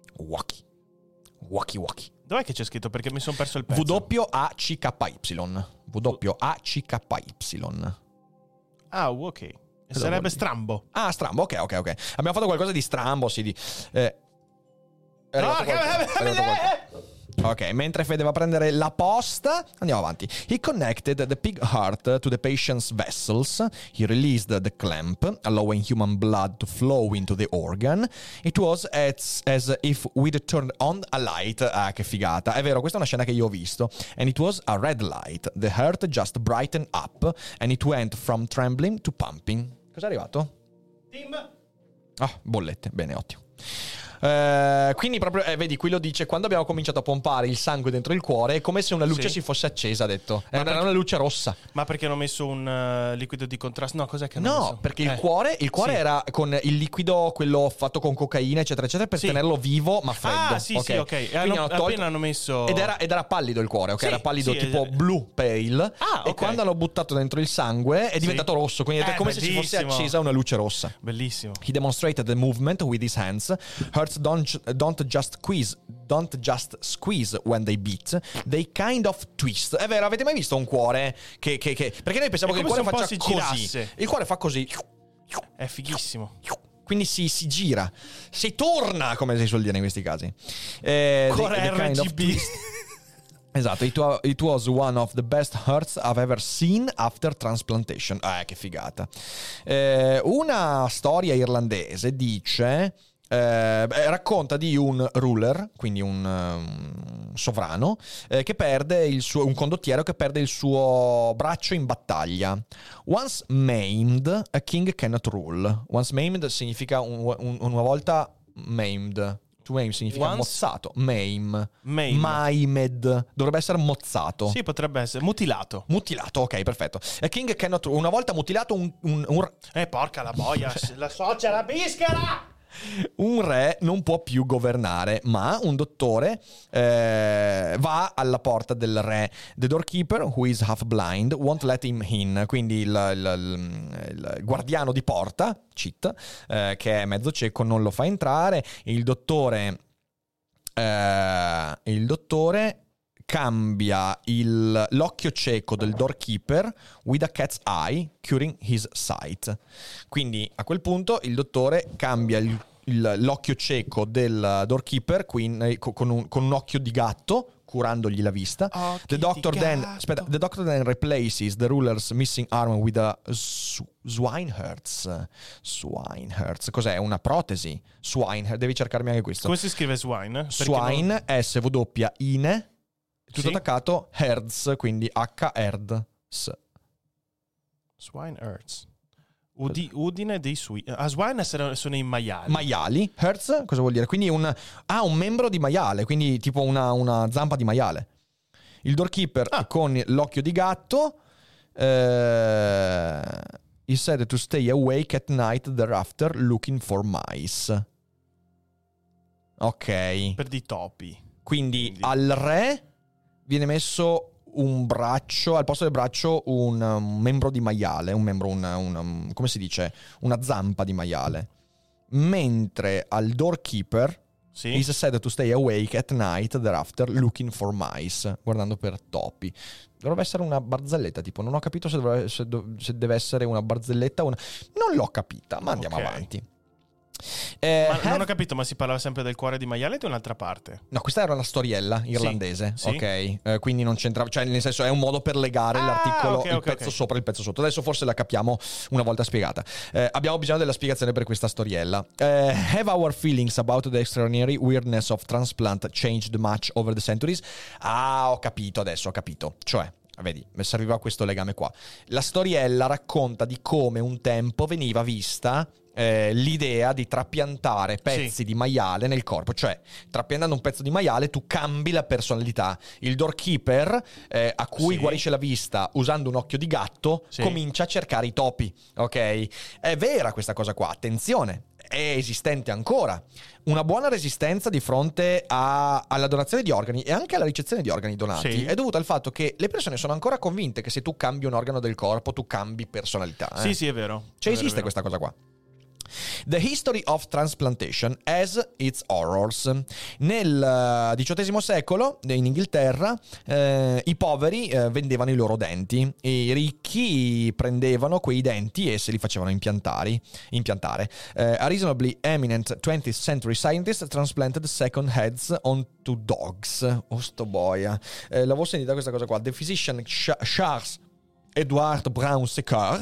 Dov'è che c'è scritto? Perché mi sono perso il pezzo. WACKY. Ah, ok. Sarebbe strambo. Ah, strambo, ok. Abbiamo fatto qualcosa di strambo, sì. È arrivato qualcosa. Ok, mentre Fede va a prendere la posta, andiamo avanti. He connected the pig heart to the patient's vessels. He released the clamp, allowing human blood to flow into the organ. It was as if we'd turned on a light. Ah, che figata. È vero, questa è una scena che io ho visto. And it was a red light. The heart just brightened up and it went from trembling to pumping. Cos'è arrivato? Tim. Ah, bollette. Bene, ottimo. Quindi proprio vedi, qui lo dice, quando abbiamo cominciato a pompare il sangue dentro il cuore è come se una luce si fosse accesa, ha detto. Era una luce rossa. Ma perché hanno messo un liquido di contrasto? No, cos'è che hanno messo? No, perché il cuore sì, era con il liquido, quello fatto con cocaina eccetera per tenerlo vivo ma freddo. Ah sì, ok. Appena hanno messo ed era pallido il cuore, ok? Era pallido, tipo blue pale. E quando hanno buttato dentro il sangue è diventato rosso, quindi è come se si fosse accesa una luce rossa. Bellissimo. He demonstrated the movement with his hands. Don't just squeeze when they beat, they kind of twist. È vero, avete mai visto un cuore che perché noi pensiamo che il cuore faccia così. Girasse. Il cuore fa così. È fighissimo. Quindi si gira, si torna, come si suol dire in questi casi. Cuore RGB. Esatto, it was one of the best hearts I've ever seen after transplantation. Che figata. Una storia irlandese dice... racconta di un ruler, quindi un sovrano, che perde un condottiero che perde il suo braccio in battaglia. Once maimed, a king cannot rule. Once maimed significa una volta maimed. To maim significa mozzato. Maimed dovrebbe essere mozzato. Sì, potrebbe essere mutilato, ok, perfetto. A king cannot rule, una volta mutilato porca la boia, la socia, la bischera. Un re non può più governare, ma un dottore va alla porta del re. The doorkeeper, who is half blind, won't let him in. Quindi il guardiano di porta, che è mezzo cieco, non lo fa entrare. Il dottore cambia l'occhio cieco del doorkeeper with a cat's eye, curing his sight. Quindi a quel punto il dottore cambia l'occhio cieco del doorkeeper con un occhio di gatto, curandogli la vista. The doctor then replaces the ruler's missing arm with a Swinehertz. Cos'è? Una protesi. Swinehertz. Devi cercarmi anche questo. Come si scrive swine? Swine, S-W-I-N-E, tutto attaccato, Hertz, quindi H-Hertz. Swinehertz. Udine dei swine. Swine sono i maiali. Maiali. Hertz, cosa vuol dire? Quindi un membro di maiale, quindi tipo una zampa di maiale. Il doorkeeper con l'occhio di gatto. He said to stay awake at night thereafter looking for mice. Ok. Per di topi. Quindi al re viene messo un braccio, al posto del braccio un membro di maiale, come si dice? Una zampa di maiale. Mentre al doorkeeper is said to stay awake at night thereafter looking for mice, guardando per topi. Dovrebbe essere una barzelletta, tipo, non ho capito se deve essere una barzelletta o una... Non l'ho capita, ma andiamo avanti. Ma non ho capito, ma si parlava sempre del cuore di maiale o di un'altra parte? No, questa era la storiella irlandese, sì. Ok? Quindi non c'entrava, cioè nel senso è un modo per legare l'articolo, il pezzo sopra e il pezzo sotto. Adesso forse la capiamo una volta spiegata. Abbiamo bisogno della spiegazione per questa storiella. Have our feelings about the extraordinary weirdness of transplant changed much over the centuries? Ah, ho capito adesso, ho capito. Cioè, vedi, mi serviva questo legame qua. La storiella racconta di come un tempo veniva vista l'idea di trapiantare pezzi di maiale nel corpo, cioè trapiantando un pezzo di maiale tu cambi la personalità. Il doorkeeper a cui guarisce la vista usando un occhio di gatto comincia a cercare i topi, ok? È vera questa cosa qua, attenzione, è esistente ancora. Una buona resistenza di fronte alla donazione di organi e anche alla ricezione di organi donati è dovuta al fatto che le persone sono ancora convinte che se tu cambi un organo del corpo tu cambi personalità. Sì, è vero. Cioè è esiste vero. questa cosa qua. The history of transplantation has its horrors. Nel XVIII secolo in Inghilterra i poveri vendevano i loro denti e i ricchi prendevano quei denti e se li facevano impiantare. A reasonably eminent 20th century scientist transplanted second heads onto dogs. Oh sto boia. L'avevo sentita questa cosa qua. The physician Charles Edward Brown Sequard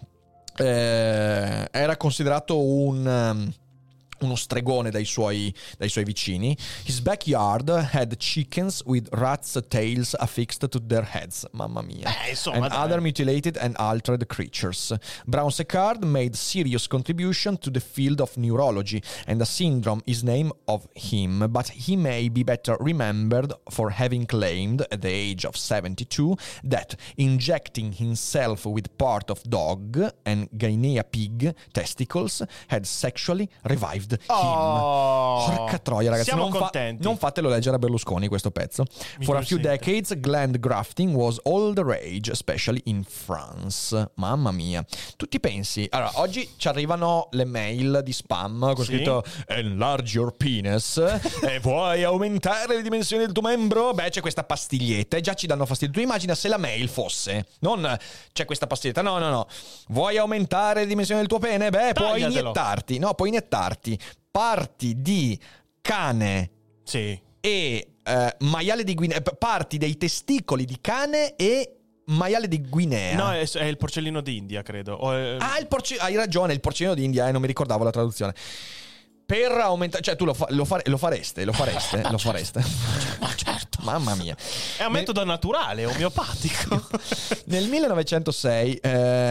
era considerato uno stregone dai suoi vicini. His backyard had chickens with rats' tails affixed to their heads. Mamma mia. Insomma, and other mutilated and altered creatures. Brown Sequard made serious contribution to the field of neurology, and a syndrome is named of him, but he may be better remembered for having claimed at the age of 72 that injecting himself with part of dog and guinea pig testicles had sexually revived him. Porca troia, ragazzi. Siamo contenti. Non fatelo leggere a Berlusconi questo pezzo. For a few decades, gland grafting was all the rage, especially in France. Mamma mia. Tu ti pensi? Allora, oggi ci arrivano le mail di spam con scritto enlarge your penis e vuoi aumentare le dimensioni del tuo membro? Beh, c'è questa pastiglietta e già ci danno fastidio. Tu immagina se la mail fosse non c'è questa pastiglietta, no. Vuoi aumentare le dimensioni del tuo pene? Beh, puoi iniettarti parti di cane e maiale di Guinea, parti dei testicoli di cane e maiale di Guinea. No, è il porcellino d'India, credo. Hai ragione, il porcellino d'India, non mi ricordavo la traduzione. Per aumentare, cioè tu lo fareste? Lo fareste? Ma certo. Mamma mia. È un metodo naturale, omeopatico. Nel 1906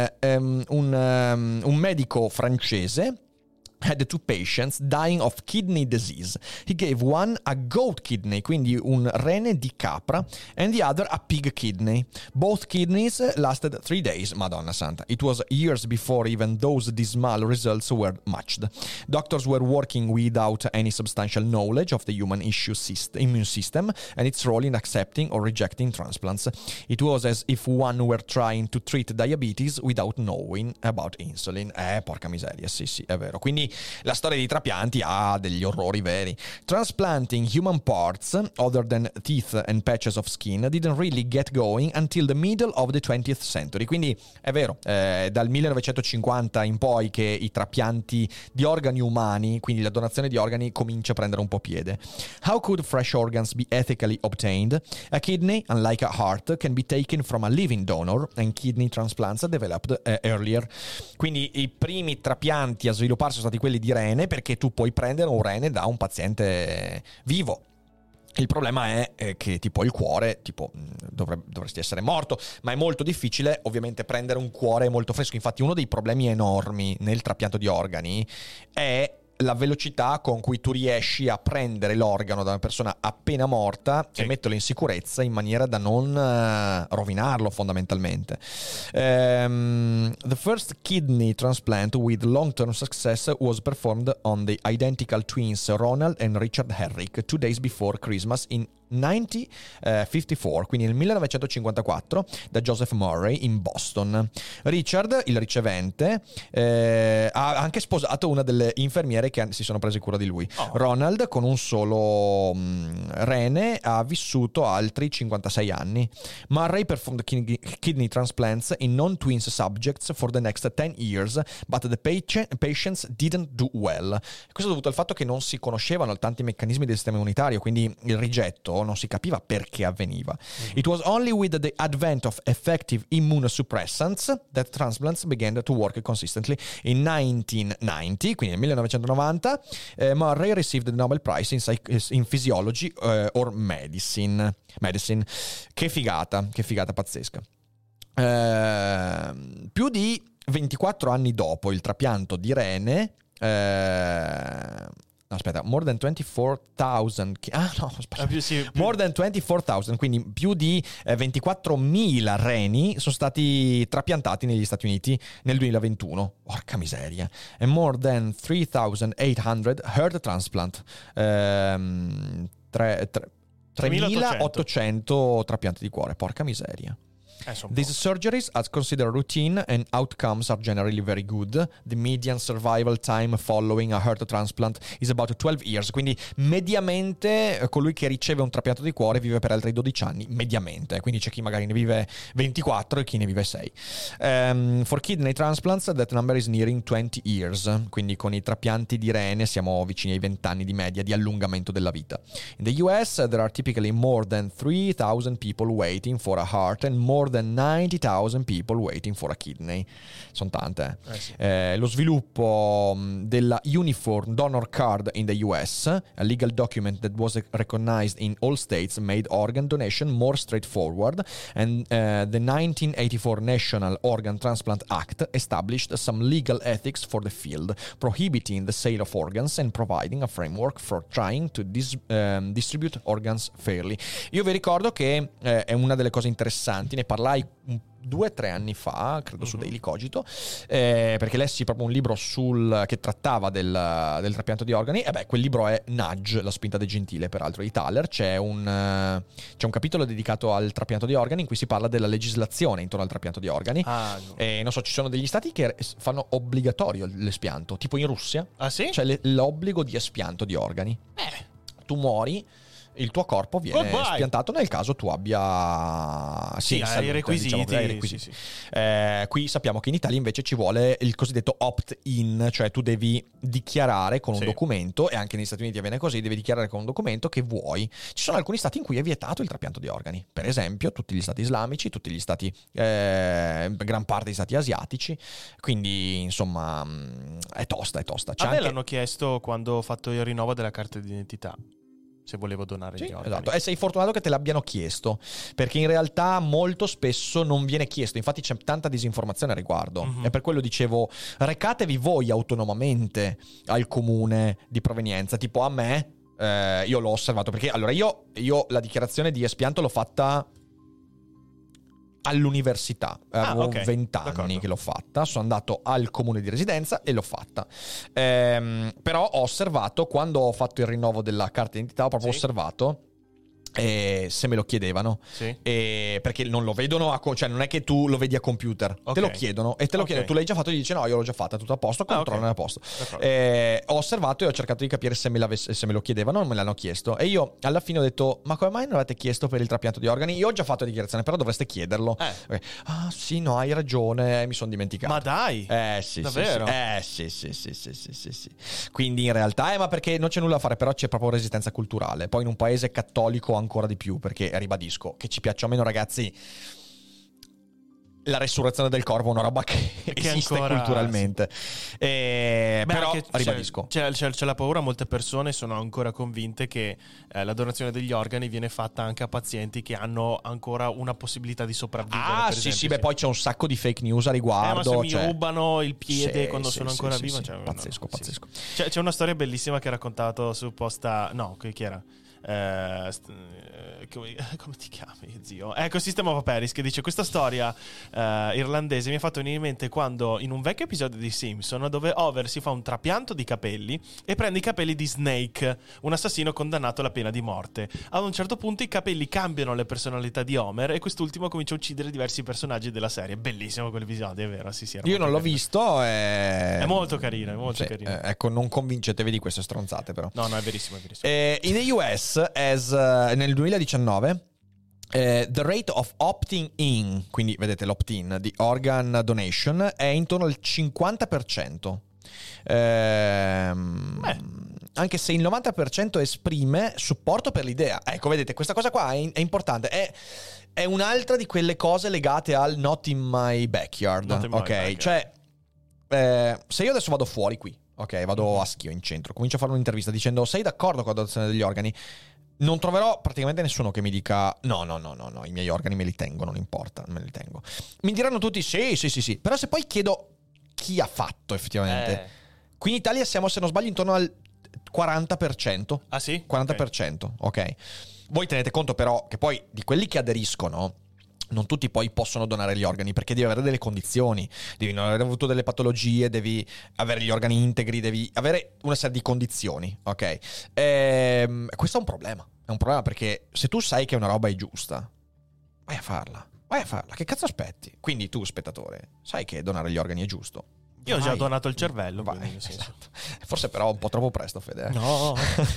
un medico francese had two patients dying of kidney disease. He gave one a goat kidney, quindi un rene di capra, and the other a pig kidney. Both kidneys lasted 3 days. Madonna santa. It was years before even those dismal results were matched. Doctors were working without any substantial knowledge of the human immune system and its role in accepting or rejecting transplants. It was as if one were trying to treat diabetes without knowing about insulin. Porca miseria, sì, è vero. Quindi la storia dei trapianti ha degli orrori veri. Transplanting human parts, other than teeth and patches of skin, didn't really get going until the middle of the 20th century. Quindi è vero, dal 1950 in poi che i trapianti di organi umani, quindi la donazione di organi, comincia a prendere un po' piede. How could fresh organs be ethically obtained? A kidney, unlike a heart, can be taken from a living donor, and kidney transplants developed earlier. Quindi i primi trapianti a svilupparsi sono stati quelli di rene, perché tu puoi prendere un rene da un paziente vivo. Il problema è che tipo il cuore, dovresti essere morto, ma è molto difficile ovviamente prendere un cuore molto fresco. Infatti uno dei problemi enormi nel trapianto di organi è la velocità con cui tu riesci a prendere l'organo da una persona appena morta e metterlo in sicurezza in maniera da non rovinarlo fondamentalmente. The first kidney transplant with long-term success was performed on the identical twins Ronald and Richard Herrick 2 days before Christmas in 1954, quindi nel 1954, da Joseph Murray in Boston. Richard, il ricevente, ha anche sposato una delle infermiere che si sono prese cura di lui. Ronald, con un solo rene, ha vissuto altri 56 anni. Murray performed kidney transplants in non-twins subjects for the next 10 years, but the patients didn't do well. Questo è dovuto al fatto che non si conoscevano tanti meccanismi del sistema immunitario, quindi il rigetto non si capiva perché avveniva. It was only with the advent of effective immunosuppressants that transplants began to work consistently. In 1990, quindi nel 1990, Murray received the Nobel Prize in Physiology or Medicine. Che figata pazzesca. Più di 24 anni dopo il trapianto di rene, more than 24,000. More than 24,000, quindi più di 24.000 reni sono stati trapiantati negli Stati Uniti nel 2021. Porca miseria. E more than 3,800 heart transplant. 3.800 trapianti di cuore. Porca miseria. These surgeries are considered routine and outcomes are generally very good. The median survival time following a heart transplant is about 12 years. Quindi mediamente colui che riceve un trapianto di cuore vive per altri 12 anni, mediamente. Quindi c'è chi magari ne vive 24 e chi ne vive 6. For kidney transplants that number is nearing 20 years. Quindi con i trapianti di rene siamo vicini ai 20 anni di media di allungamento della vita. In the US there are typically more than 3,000 people waiting for a heart and more than 90,000 people waiting for a kidney. Sono tante. Sì. Lo sviluppo della Uniform Donor Card in the US, a legal document that was recognized in all states, made organ donation more straightforward, and the 1984 National Organ Transplant Act established some legal ethics for the field, prohibiting the sale of organs and providing a framework for trying to distribute organs fairly. Io vi ricordo che è una delle cose interessanti, ne parlai 2 o 3 anni fa, credo, su Daily Cogito, perché lessi proprio un libro che trattava del trapianto di organi. E quel libro è Nudge, la spinta del gentile, peraltro, di Thaler. C'è un capitolo dedicato al trapianto di organi in cui si parla della legislazione intorno al trapianto di organi. E non so, ci sono degli stati che fanno obbligatorio l'espianto, tipo in Russia. Ah, sì? C'è l'obbligo di espianto di organi. Tu muori, il tuo corpo viene spiantato nel caso tu abbia i requisiti. Diciamo, sì. Qui sappiamo che in Italia invece ci vuole il cosiddetto opt-in, cioè tu devi dichiarare con un documento, e anche negli Stati Uniti avviene così, devi dichiarare con un documento che vuoi. Ci sono alcuni stati in cui è vietato il trapianto di organi, per esempio tutti gli stati islamici, tutti gli stati, gran parte degli stati asiatici, quindi insomma è tosta. A me l'hanno chiesto quando ho fatto il rinnovo della carta d'identità, se volevo donare gli organi. Esatto. E sei fortunato che te l'abbiano chiesto, perché in realtà molto spesso non viene chiesto. Infatti c'è tanta disinformazione a riguardo. E per quello dicevo, recatevi voi autonomamente al comune di provenienza. Tipo a me, io l'ho osservato, perché allora io la dichiarazione di espianto l'ho fatta all'università, avevo 20 anni che l'ho fatta, sono andato al comune di residenza e l'ho fatta, però ho osservato, quando ho fatto il rinnovo della carta d'identità, ho proprio osservato se me lo chiedevano, perché non lo vedono cioè non è che tu lo vedi a computer, te lo chiedono e te lo chiedono, tu l'hai già fatto e gli dici no, io l'ho già fatta, tutto a posto, controllo a posto. Ho osservato e ho cercato di capire se me lo chiedevano, non me l'hanno chiesto, e io alla fine ho detto, ma come mai non avete chiesto per il trapianto di organi? Io ho già fatto la dichiarazione, però dovreste chiederlo. Ah sì, no, hai ragione, mi sono dimenticato. Ma dai, sì, davvero? Sì. Quindi in realtà ma perché non c'è nulla da fare, però c'è proprio resistenza culturale. Poi in un paese cattolico ancora di più, perché ribadisco che ci piaccia o meno, ragazzi, la resurrezione del corpo è una roba che esiste ancora, culturalmente. Però ribadisco, c'è la paura. Molte persone sono ancora convinte che la donazione degli organi viene fatta anche a pazienti che hanno ancora una possibilità di sopravvivere. Poi c'è un sacco di fake news a riguardo. Ma se mi rubano il piede quando sono ancora vivo, pazzesco. C'è una storia bellissima che ha raccontato su Posta. No, chi era? come ti chiami, zio? Ecco, System of a Paris, che dice: questa storia irlandese mi ha fatto venire in mente quando in un vecchio episodio di Simpson, dove Homer si fa un trapianto di capelli e prende i capelli di Snake, un assassino condannato alla pena di morte. Ad un certo punto i capelli cambiano le personalità di Homer e quest'ultimo comincia a uccidere diversi personaggi della serie. Bellissimo quell'episodio, è vero? Sì, era Io non l'ho carino. visto. È molto carino, è molto carino. Ecco, non convincetevi di queste stronzate, però. No, è verissimo, è verissimo. In the US, nel 2019, the rate of opting in, quindi vedete l'opt-in di organ donation, è intorno al 50%. Anche se il 90% esprime supporto per l'idea. Ecco, vedete, questa cosa qua è importante. È un'altra di quelle cose legate al not in my backyard. Not in my backyard. Cioè, se io adesso vado fuori qui, ok, vado a Schio in centro, comincio a fare un'intervista dicendo: sei d'accordo con l'adozione degli organi? Non troverò praticamente nessuno che mi dica no, i miei organi me li tengo, non importa, me li tengo. Mi diranno tutti sì. Però se poi chiedo chi ha fatto effettivamente, qui in Italia siamo, se non sbaglio, intorno al 40%. Ah sì? 40%, ok. Voi tenete conto però che poi di quelli che aderiscono non tutti poi possono donare gli organi, perché devi avere delle condizioni, devi non aver avuto delle patologie, devi avere gli organi integri, devi avere una serie di condizioni, ok? Questo è un problema perché se tu sai che una roba è giusta, vai a farla, che cazzo aspetti? Quindi tu, spettatore, sai che donare gli organi è giusto. Io ho già donato il cervello. Vai, quindi, nel senso. esatto. Forse però un po' troppo presto, Fede. No.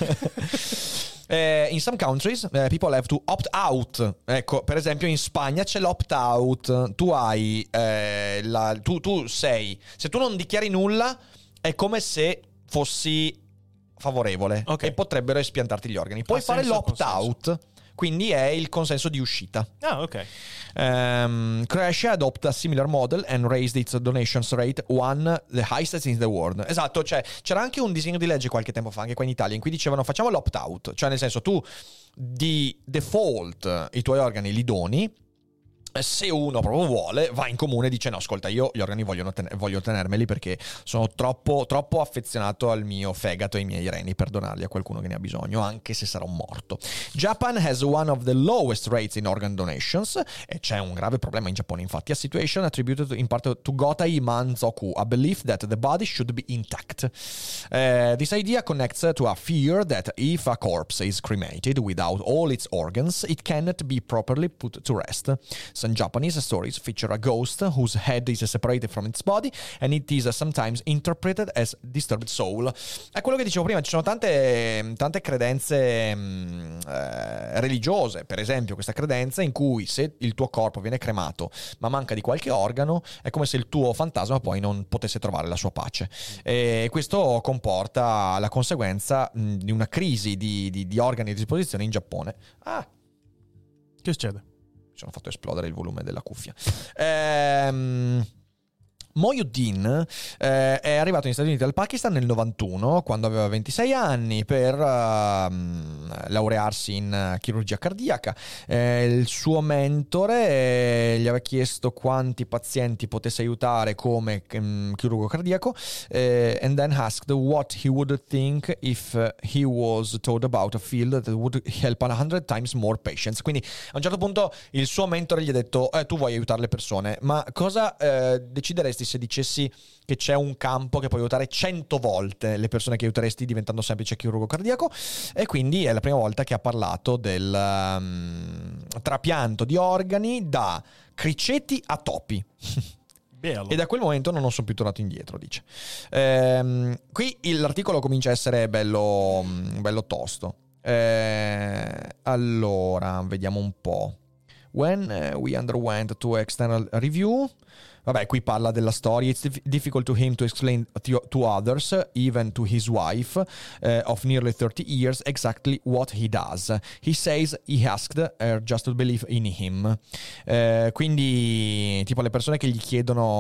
In some countries people have to opt out. Ecco, per esempio in Spagna c'è l'opt out. Tu hai tu sei, se tu non dichiari nulla è come se fossi favorevole, ok, e potrebbero espiantarti gli organi. Puoi fare senso, l'opt out, quindi è il consenso di uscita. Ah, ok. Croatia adopted a similar model and raised its donations rate one the highest in the world. Esatto, cioè c'era anche un disegno di legge qualche tempo fa, anche qua in Italia, in cui dicevano facciamo l'opt out, cioè nel senso tu di default i tuoi organi li doni. Se uno proprio vuole, va in comune e dice no, ascolta, io gli organi voglio tenermeli perché sono troppo affezionato al mio fegato e ai miei reni per donarli a qualcuno che ne ha bisogno, anche se sarò morto. Japan has one of the lowest rates in organ donations, e c'è un grave problema in Giappone, infatti, a situation attributed in part to Gotai Manzoku, a belief that the body should be intact. This idea connects to a fear that if a corpse is cremated without all its organs, it cannot be properly put to rest. Some Japanese stories feature a ghost whose head is separated from its body and it is sometimes interpreted as disturbed soul. È quello che dicevo prima, ci sono tante credenze religiose, per esempio questa credenza in cui se il tuo corpo viene cremato ma manca di qualche organo, è come se il tuo fantasma poi non potesse trovare la sua pace, e questo comporta la conseguenza di una crisi di organi a disposizione in Giappone. Che succede? Sono fatto esplodere il volume della cuffia. Mohyuddin è arrivato negli Stati Uniti dal Pakistan nel 91, quando aveva 26 anni, per laurearsi in chirurgia cardiaca. Il suo mentore gli aveva chiesto quanti pazienti potesse aiutare come chirurgo cardiaco, and then asked what he would think if he was told about a field that would help 100 times more patients. Quindi a un certo punto il suo mentore gli ha detto tu vuoi aiutare le persone, ma cosa decideresti se dicessi che c'è un campo che può aiutare 100 volte le persone che aiuteresti diventando semplice chirurgo cardiaco? E quindi è la prima volta che ha parlato del trapianto di organi da criceti a topi. Bello. E da quel momento non sono più tornato indietro, dice. Qui l'articolo comincia a essere bello tosto. Allora, vediamo un po'. When we underwent to external review. Vabbè, qui parla della storia. It's difficult to him to explain to others, even to his wife of nearly 30 years, exactly what he does. He says he asked her just to believe in him. Quindi, tipo, le persone che gli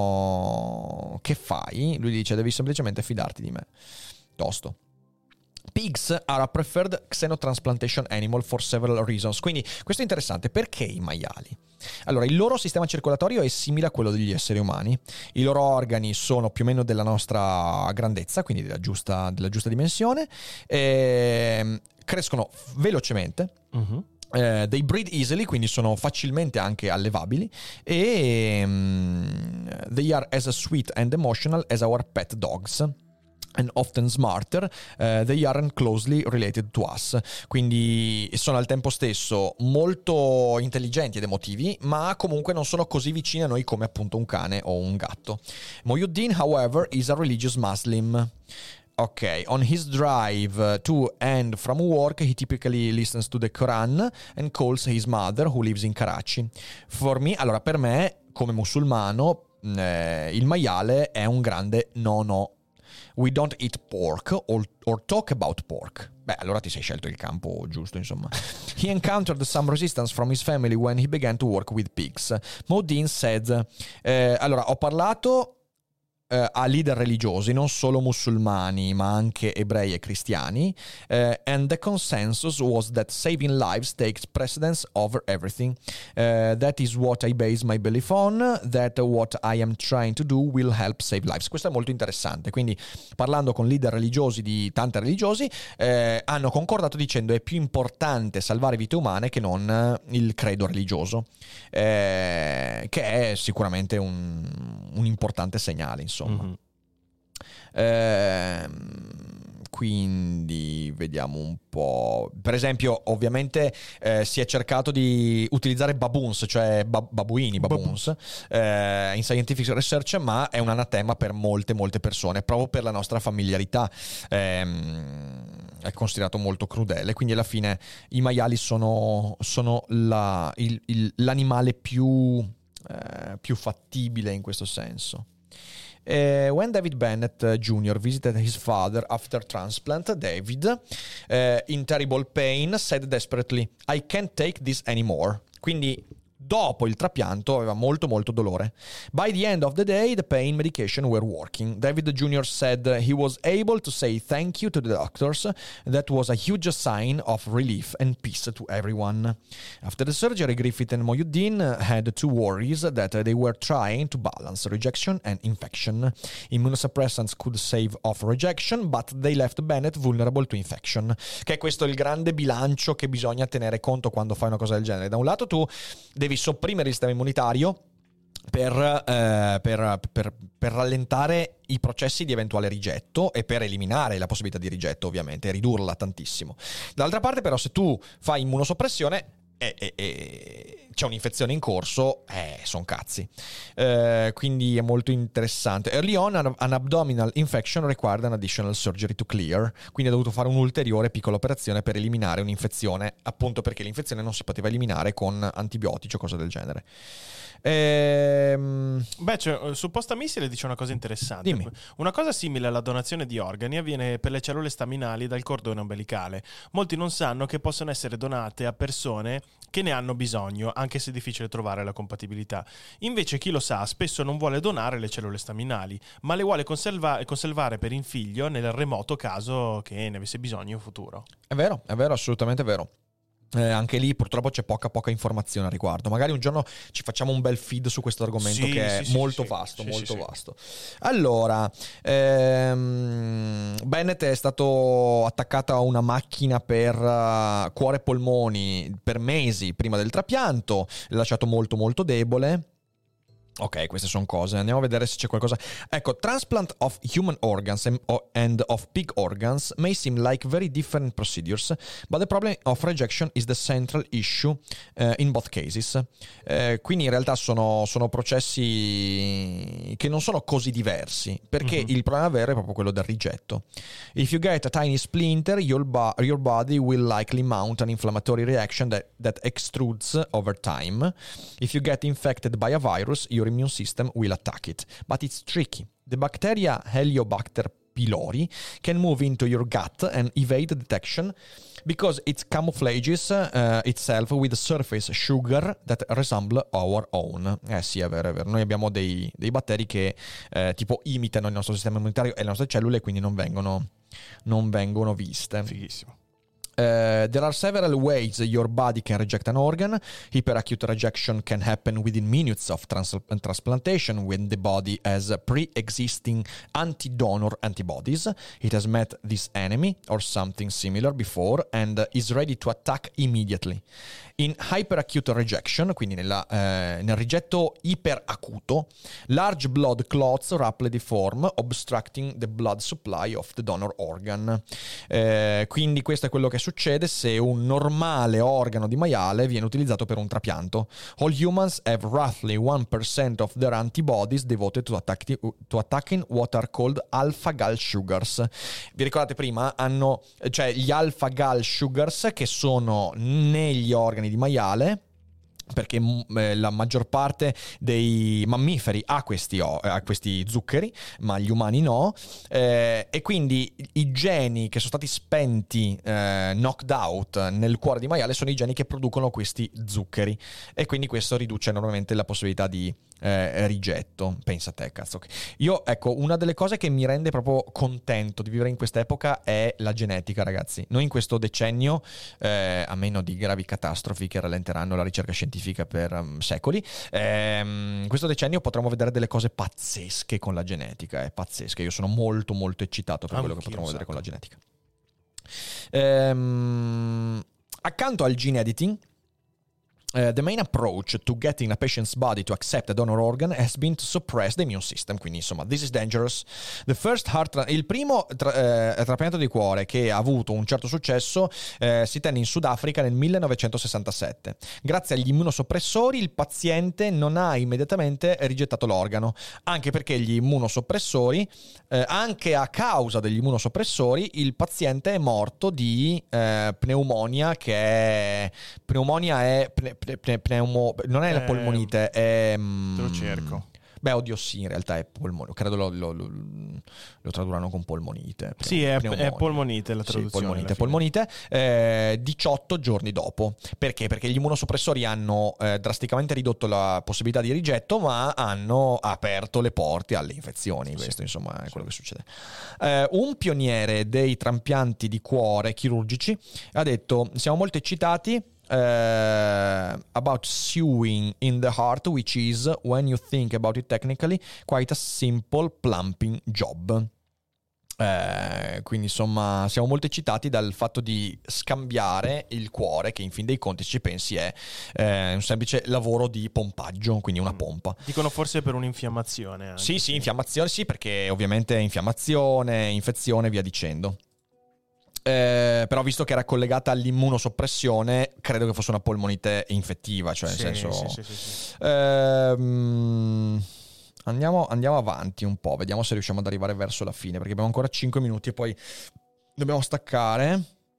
chiedono che fai, lui dice devi semplicemente fidarti di me. Tosto. Pigs are a preferred xenotransplantation animal for several reasons. Quindi questo è interessante. Perché i maiali? Allora, il loro sistema circolatorio è simile a quello degli esseri umani. I loro organi sono più o meno della nostra grandezza, quindi della giusta dimensione. Crescono velocemente. They breed easily, quindi sono facilmente anche allevabili, e they are as sweet and emotional as our pet dogs. And often smarter, they aren't closely related to us. Quindi sono al tempo stesso molto intelligenti ed emotivi, ma comunque non sono così vicini a noi come appunto un cane o un gatto. Mohyuddin, however, is a religious Muslim. Ok, on his drive to and from work, he typically listens to the Quran and calls his mother, who lives in Karachi. Per me, come musulmano, il maiale è un grande no. We don't eat pork or talk about pork. Beh, allora ti sei scelto il campo giusto, insomma. He encountered some resistance from his family when he began to work with pigs. Mohyuddin said, allora, ho parlato a leader religiosi, non solo musulmani, ma anche ebrei e cristiani, and the consensus was that saving lives takes precedence over everything. That is what I base my belief on, that what I am trying to do will help save lives. Questo è molto interessante. Quindi, parlando con leader religiosi di tante religiosi, hanno concordato dicendo è più importante salvare vite umane che non il credo religioso, che è sicuramente un importante segnale, insomma. Quindi vediamo un po'. Per esempio, ovviamente si è cercato di utilizzare baboons, cioè babuins, in scientific research, ma è un anatema per molte persone, proprio per la nostra familiarità. È considerato molto crudele, quindi alla fine i maiali sono l'animale più fattibile in questo senso. When David Bennett Jr. visited his father after transplant, David, in terrible pain, said desperately, I can't take this anymore. Quindi dopo il trapianto aveva molto dolore. By the end of the day, the pain medication were working. David Jr. said he was able to say thank you to the doctors. That was a huge sign of relief and peace to everyone. After the surgery, Griffith and Mohyuddin had two worries that they were trying to balance rejection and infection. Immunosuppressants could save off rejection, but they left Bennett vulnerable to infection. Che è questo il grande bilancio che bisogna tenere conto quando fai una cosa del genere. Da un lato tu devi sopprimere il sistema immunitario per rallentare i processi di eventuale rigetto e per eliminare la possibilità di rigetto, ovviamente, e ridurla tantissimo. Dall'altra parte, però, se tu fai immunosoppressione e c'è un'infezione in corso, sono cazzi. Quindi è molto interessante. Early on, an abdominal infection required an additional surgery to clear. Quindi ha dovuto fare un'ulteriore piccola operazione per eliminare un'infezione, appunto perché l'infezione non si poteva eliminare con antibiotici o cose del genere. Su Posta Missile dice una cosa interessante. Dimmi. Una cosa simile alla donazione di organi avviene per le cellule staminali dal cordone ombelicale. Molti non sanno che possono essere donate a persone che ne hanno bisogno, anche se è difficile trovare la compatibilità. Invece chi lo sa spesso non vuole donare le cellule staminali, ma le vuole conservare per il figlio nel remoto caso che ne avesse bisogno in futuro. È vero, assolutamente vero. Anche lì purtroppo c'è poca informazione a riguardo. Magari un giorno ci facciamo un bel feed su questo argomento, che è molto vasto. Allora, Bennett è stato attaccato a una macchina per cuore e polmoni per mesi prima del trapianto, l'ha lasciato molto debole. Ok, queste sono cose. Andiamo a vedere se c'è qualcosa. Ecco, transplant of human organs and of pig organs may seem like very different procedures, but the problem of rejection is the central issue in both cases. Quindi in realtà sono processi che non sono così diversi, perché il problema vero è proprio quello del rigetto. If you get a tiny splinter, your body will likely mount an inflammatory reaction that extrudes over time. If you get infected by a virus, your immune system will attack it. But it's tricky. The bacteria Heliobacter pylori can move into your gut and evade detection because it camouflages itself with surface sugar that resemble our own. Sì, è vero. Noi abbiamo dei batteri che tipo imitano il nostro sistema immunitario e le nostre cellule, quindi non vengono non vengono viste. Fighissimo. There are several ways your body can reject an organ. Hyperacute rejection can happen within minutes of transplantation when the body has pre-existing anti-donor antibodies. It has met this enemy or something similar before and is ready to attack immediately. In hyperacute rejection, quindi nel rigetto iperacuto, large blood clots rapidly form, obstructing the blood supply of the donor organ. Quindi questo è quello che succede se un normale organo di maiale viene utilizzato per un trapianto. All humans have roughly 1% of their antibodies devoted to attacking what are called alpha-gal sugars. Vi ricordate prima? Gli alpha-gal sugars che sono negli organi di maiale, perché la maggior parte dei mammiferi ha questi zuccheri, ma gli umani no, e quindi i geni che sono stati spenti, knocked out nel cuore di maiale, sono i geni che producono questi zuccheri, e quindi questo riduce enormemente la possibilità di rigetto. Pensa a te, cazzo. Io, ecco, una delle cose che mi rende proprio contento di vivere in quest'epoca è la genetica, ragazzi. Noi in questo decennio, a meno di gravi catastrofi che rallenteranno la ricerca scientifica per secoli, questo decennio potremo vedere delle cose pazzesche con la genetica, pazzesche. Io sono molto molto eccitato per quello che potremo vedere con la genetica. Accanto al gene editing, the main approach to getting a patient's body to accept a donor organ has been to suppress the immune system. Quindi, insomma, this is dangerous. Il primo trapianto di cuore che ha avuto un certo successo si tenne in Sudafrica nel 1967. Grazie agli immunosoppressori il paziente non ha immediatamente rigettato l'organo, anche perché gli immunosoppressori, anche a causa degli immunosoppressori, il paziente è morto di pneumonia, che è... Pneumonia è... non è la polmonite, è... Te lo cerco. Beh, oddio, sì, in realtà è polmonite. Credo lo tradurranno con polmonite. Sì, è polmonite la traduzione. Sì, polmonite. 18 giorni dopo. Perché? Perché gli immunosoppressori hanno drasticamente ridotto la possibilità di rigetto, ma hanno aperto le porte alle infezioni. Questo, insomma, è quello che succede. Un pioniere dei trapianti di cuore chirurgici ha detto: siamo molto eccitati about sewing in the heart, which is, when you think about it technically, quite a simple plumping job. Quindi, insomma, siamo molto eccitati dal fatto di scambiare il cuore, che in fin dei conti, se ci pensi, è un semplice lavoro di pompaggio, quindi una pompa. Dicono forse per un'infiammazione anche. Sì, infiammazione, sì, perché ovviamente infiammazione, infezione, via dicendo. Però visto che era collegata all'immunosoppressione, credo che fosse una polmonite infettiva, cioè nel senso... Sì. Andiamo avanti un po', vediamo se riusciamo ad arrivare verso la fine, perché abbiamo ancora 5 minuti e poi dobbiamo staccare.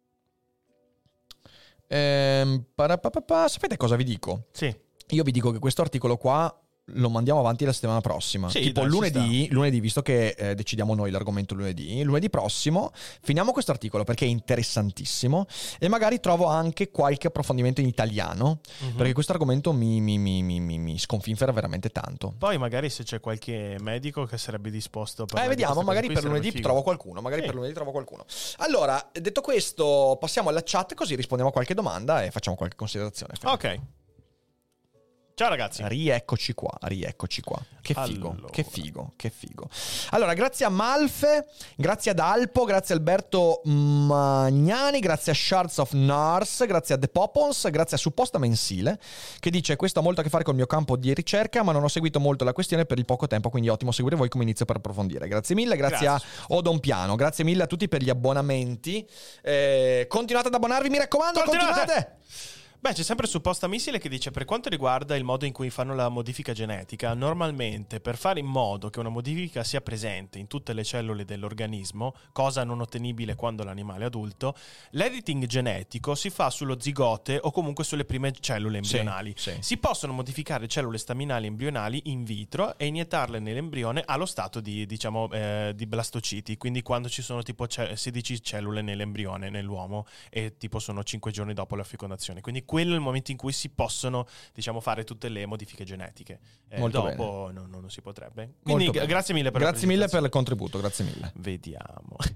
Sapete cosa vi dico? Sì. Io vi dico che questo articolo qua lo mandiamo avanti la settimana prossima, sì, tipo dai, lunedì, visto che decidiamo noi l'argomento lunedì prossimo finiamo questo articolo, perché è interessantissimo, e magari trovo anche qualche approfondimento in italiano, perché questo argomento mi sconfinfera veramente tanto. Poi magari se c'è qualche medico che sarebbe disposto a parlare vediamo, magari per lunedì trovo qualcuno, Allora, detto questo, passiamo alla chat, così rispondiamo a qualche domanda e facciamo qualche considerazione. Ok. Ciao ragazzi. Rieccoci qua. Che figo. Allora, grazie a Malfe, grazie ad Alpo, grazie a Alberto Magnani, grazie a Shards of Nars, grazie a The Popons, grazie a Supposta Mensile, che dice: questo ha molto a che fare col mio campo di ricerca, ma non ho seguito molto la questione per il poco tempo, quindi è ottimo seguire voi come inizio per approfondire. Grazie mille, grazie a Odon Piano, grazie mille a tutti per gli abbonamenti. Continuate ad abbonarvi, mi raccomando, continuate! Beh, c'è sempre Supposta Missile che dice: per quanto riguarda il modo in cui fanno la modifica genetica, normalmente per fare in modo che una modifica sia presente in tutte le cellule dell'organismo, cosa non ottenibile quando l'animale è adulto, l'editing genetico si fa sullo zigote o comunque sulle prime cellule embrionali. Sì. Si possono modificare cellule staminali embrionali in vitro e iniettarle nell'embrione allo stato di blastociti, quindi quando ci sono tipo 16 cellule nell'embrione, nell'uomo, e tipo sono 5 giorni dopo la fecondazione. Quindi quello è il momento in cui si possono, fare tutte le modifiche genetiche. Dopo non si potrebbe. Quindi grazie mille per il contributo, grazie mille. Vediamo.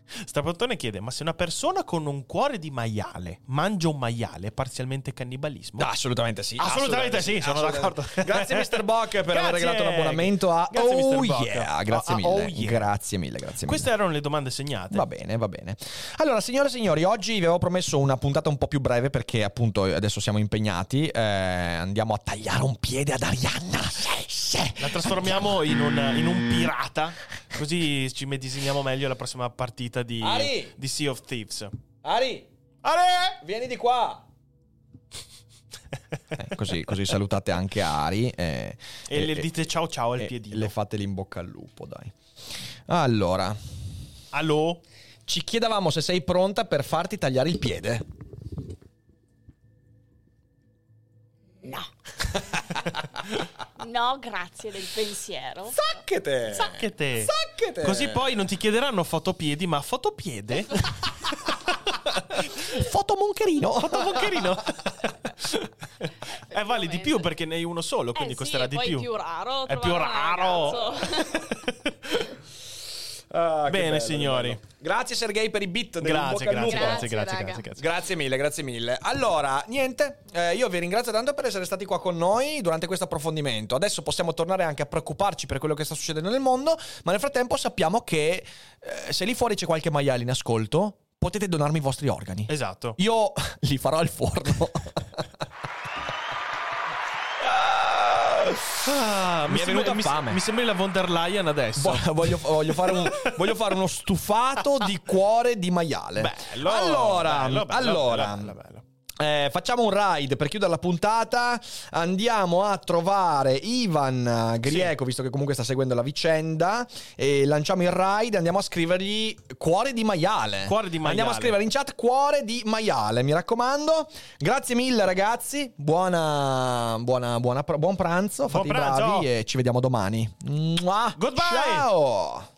Strapattone chiede: ma se una persona con un cuore di maiale mangia un maiale, è parzialmente cannibalismo? Assolutamente sì. Assolutamente sì, sono d'accordo. Grazie Mr. Bock per aver Grazie. regalato un abbonamento a Grazie, Mr. Oh Bock. Yeah. Grazie mille. Oh yeah. Grazie mille, grazie mille. Queste erano le domande segnate. Va bene, va bene. Allora, signore e signori, oggi vi avevo promesso una puntata un po' più breve perché appunto adesso siamo impegnati. Andiamo a tagliare un piede ad Arianna. La trasformiamo in un pirata, così ci medesimiamo meglio alla prossima partita di Sea of Thieves. Ari, vieni di qua. Così salutate anche Ari. E le dite ciao ciao al piedino. Le fate l'in bocca al lupo, dai. Allora, allo? ci chiedevamo se sei pronta per farti tagliare il piede. No. No, grazie del pensiero. Sacchete. Così poi non ti chiederanno fotopiedi, ma fotopiede? Fotomoncherino. Vale di più perché ne hai uno solo, quindi costerà di più. È più raro. È più raro. Bene, signori. Grazie Sergei per i bit. Grazie. Grazie mille. Allora, niente, io vi ringrazio tanto per essere stati qua con noi durante questo approfondimento. Adesso possiamo tornare anche a preoccuparci per quello che sta succedendo nel mondo, ma nel frattempo sappiamo che se lì fuori c'è qualche maiale in ascolto, potete donarmi i vostri organi. Esatto. Io li farò al forno. Mi è venuta fame. Mi sembri la von der Leyen adesso. Voglio fare uno stufato di cuore di maiale. Bello. Allora. Facciamo un ride per chiudere la puntata. Andiamo a trovare Ivan Grieco, visto che comunque sta seguendo la vicenda, e lanciamo il ride. Andiamo a scrivergli cuore di maiale. Andiamo a scrivere in chat cuore di maiale, mi raccomando. Grazie mille ragazzi. Buon pranzo. Fate i bravi e ci vediamo domani. Goodbye. Ciao.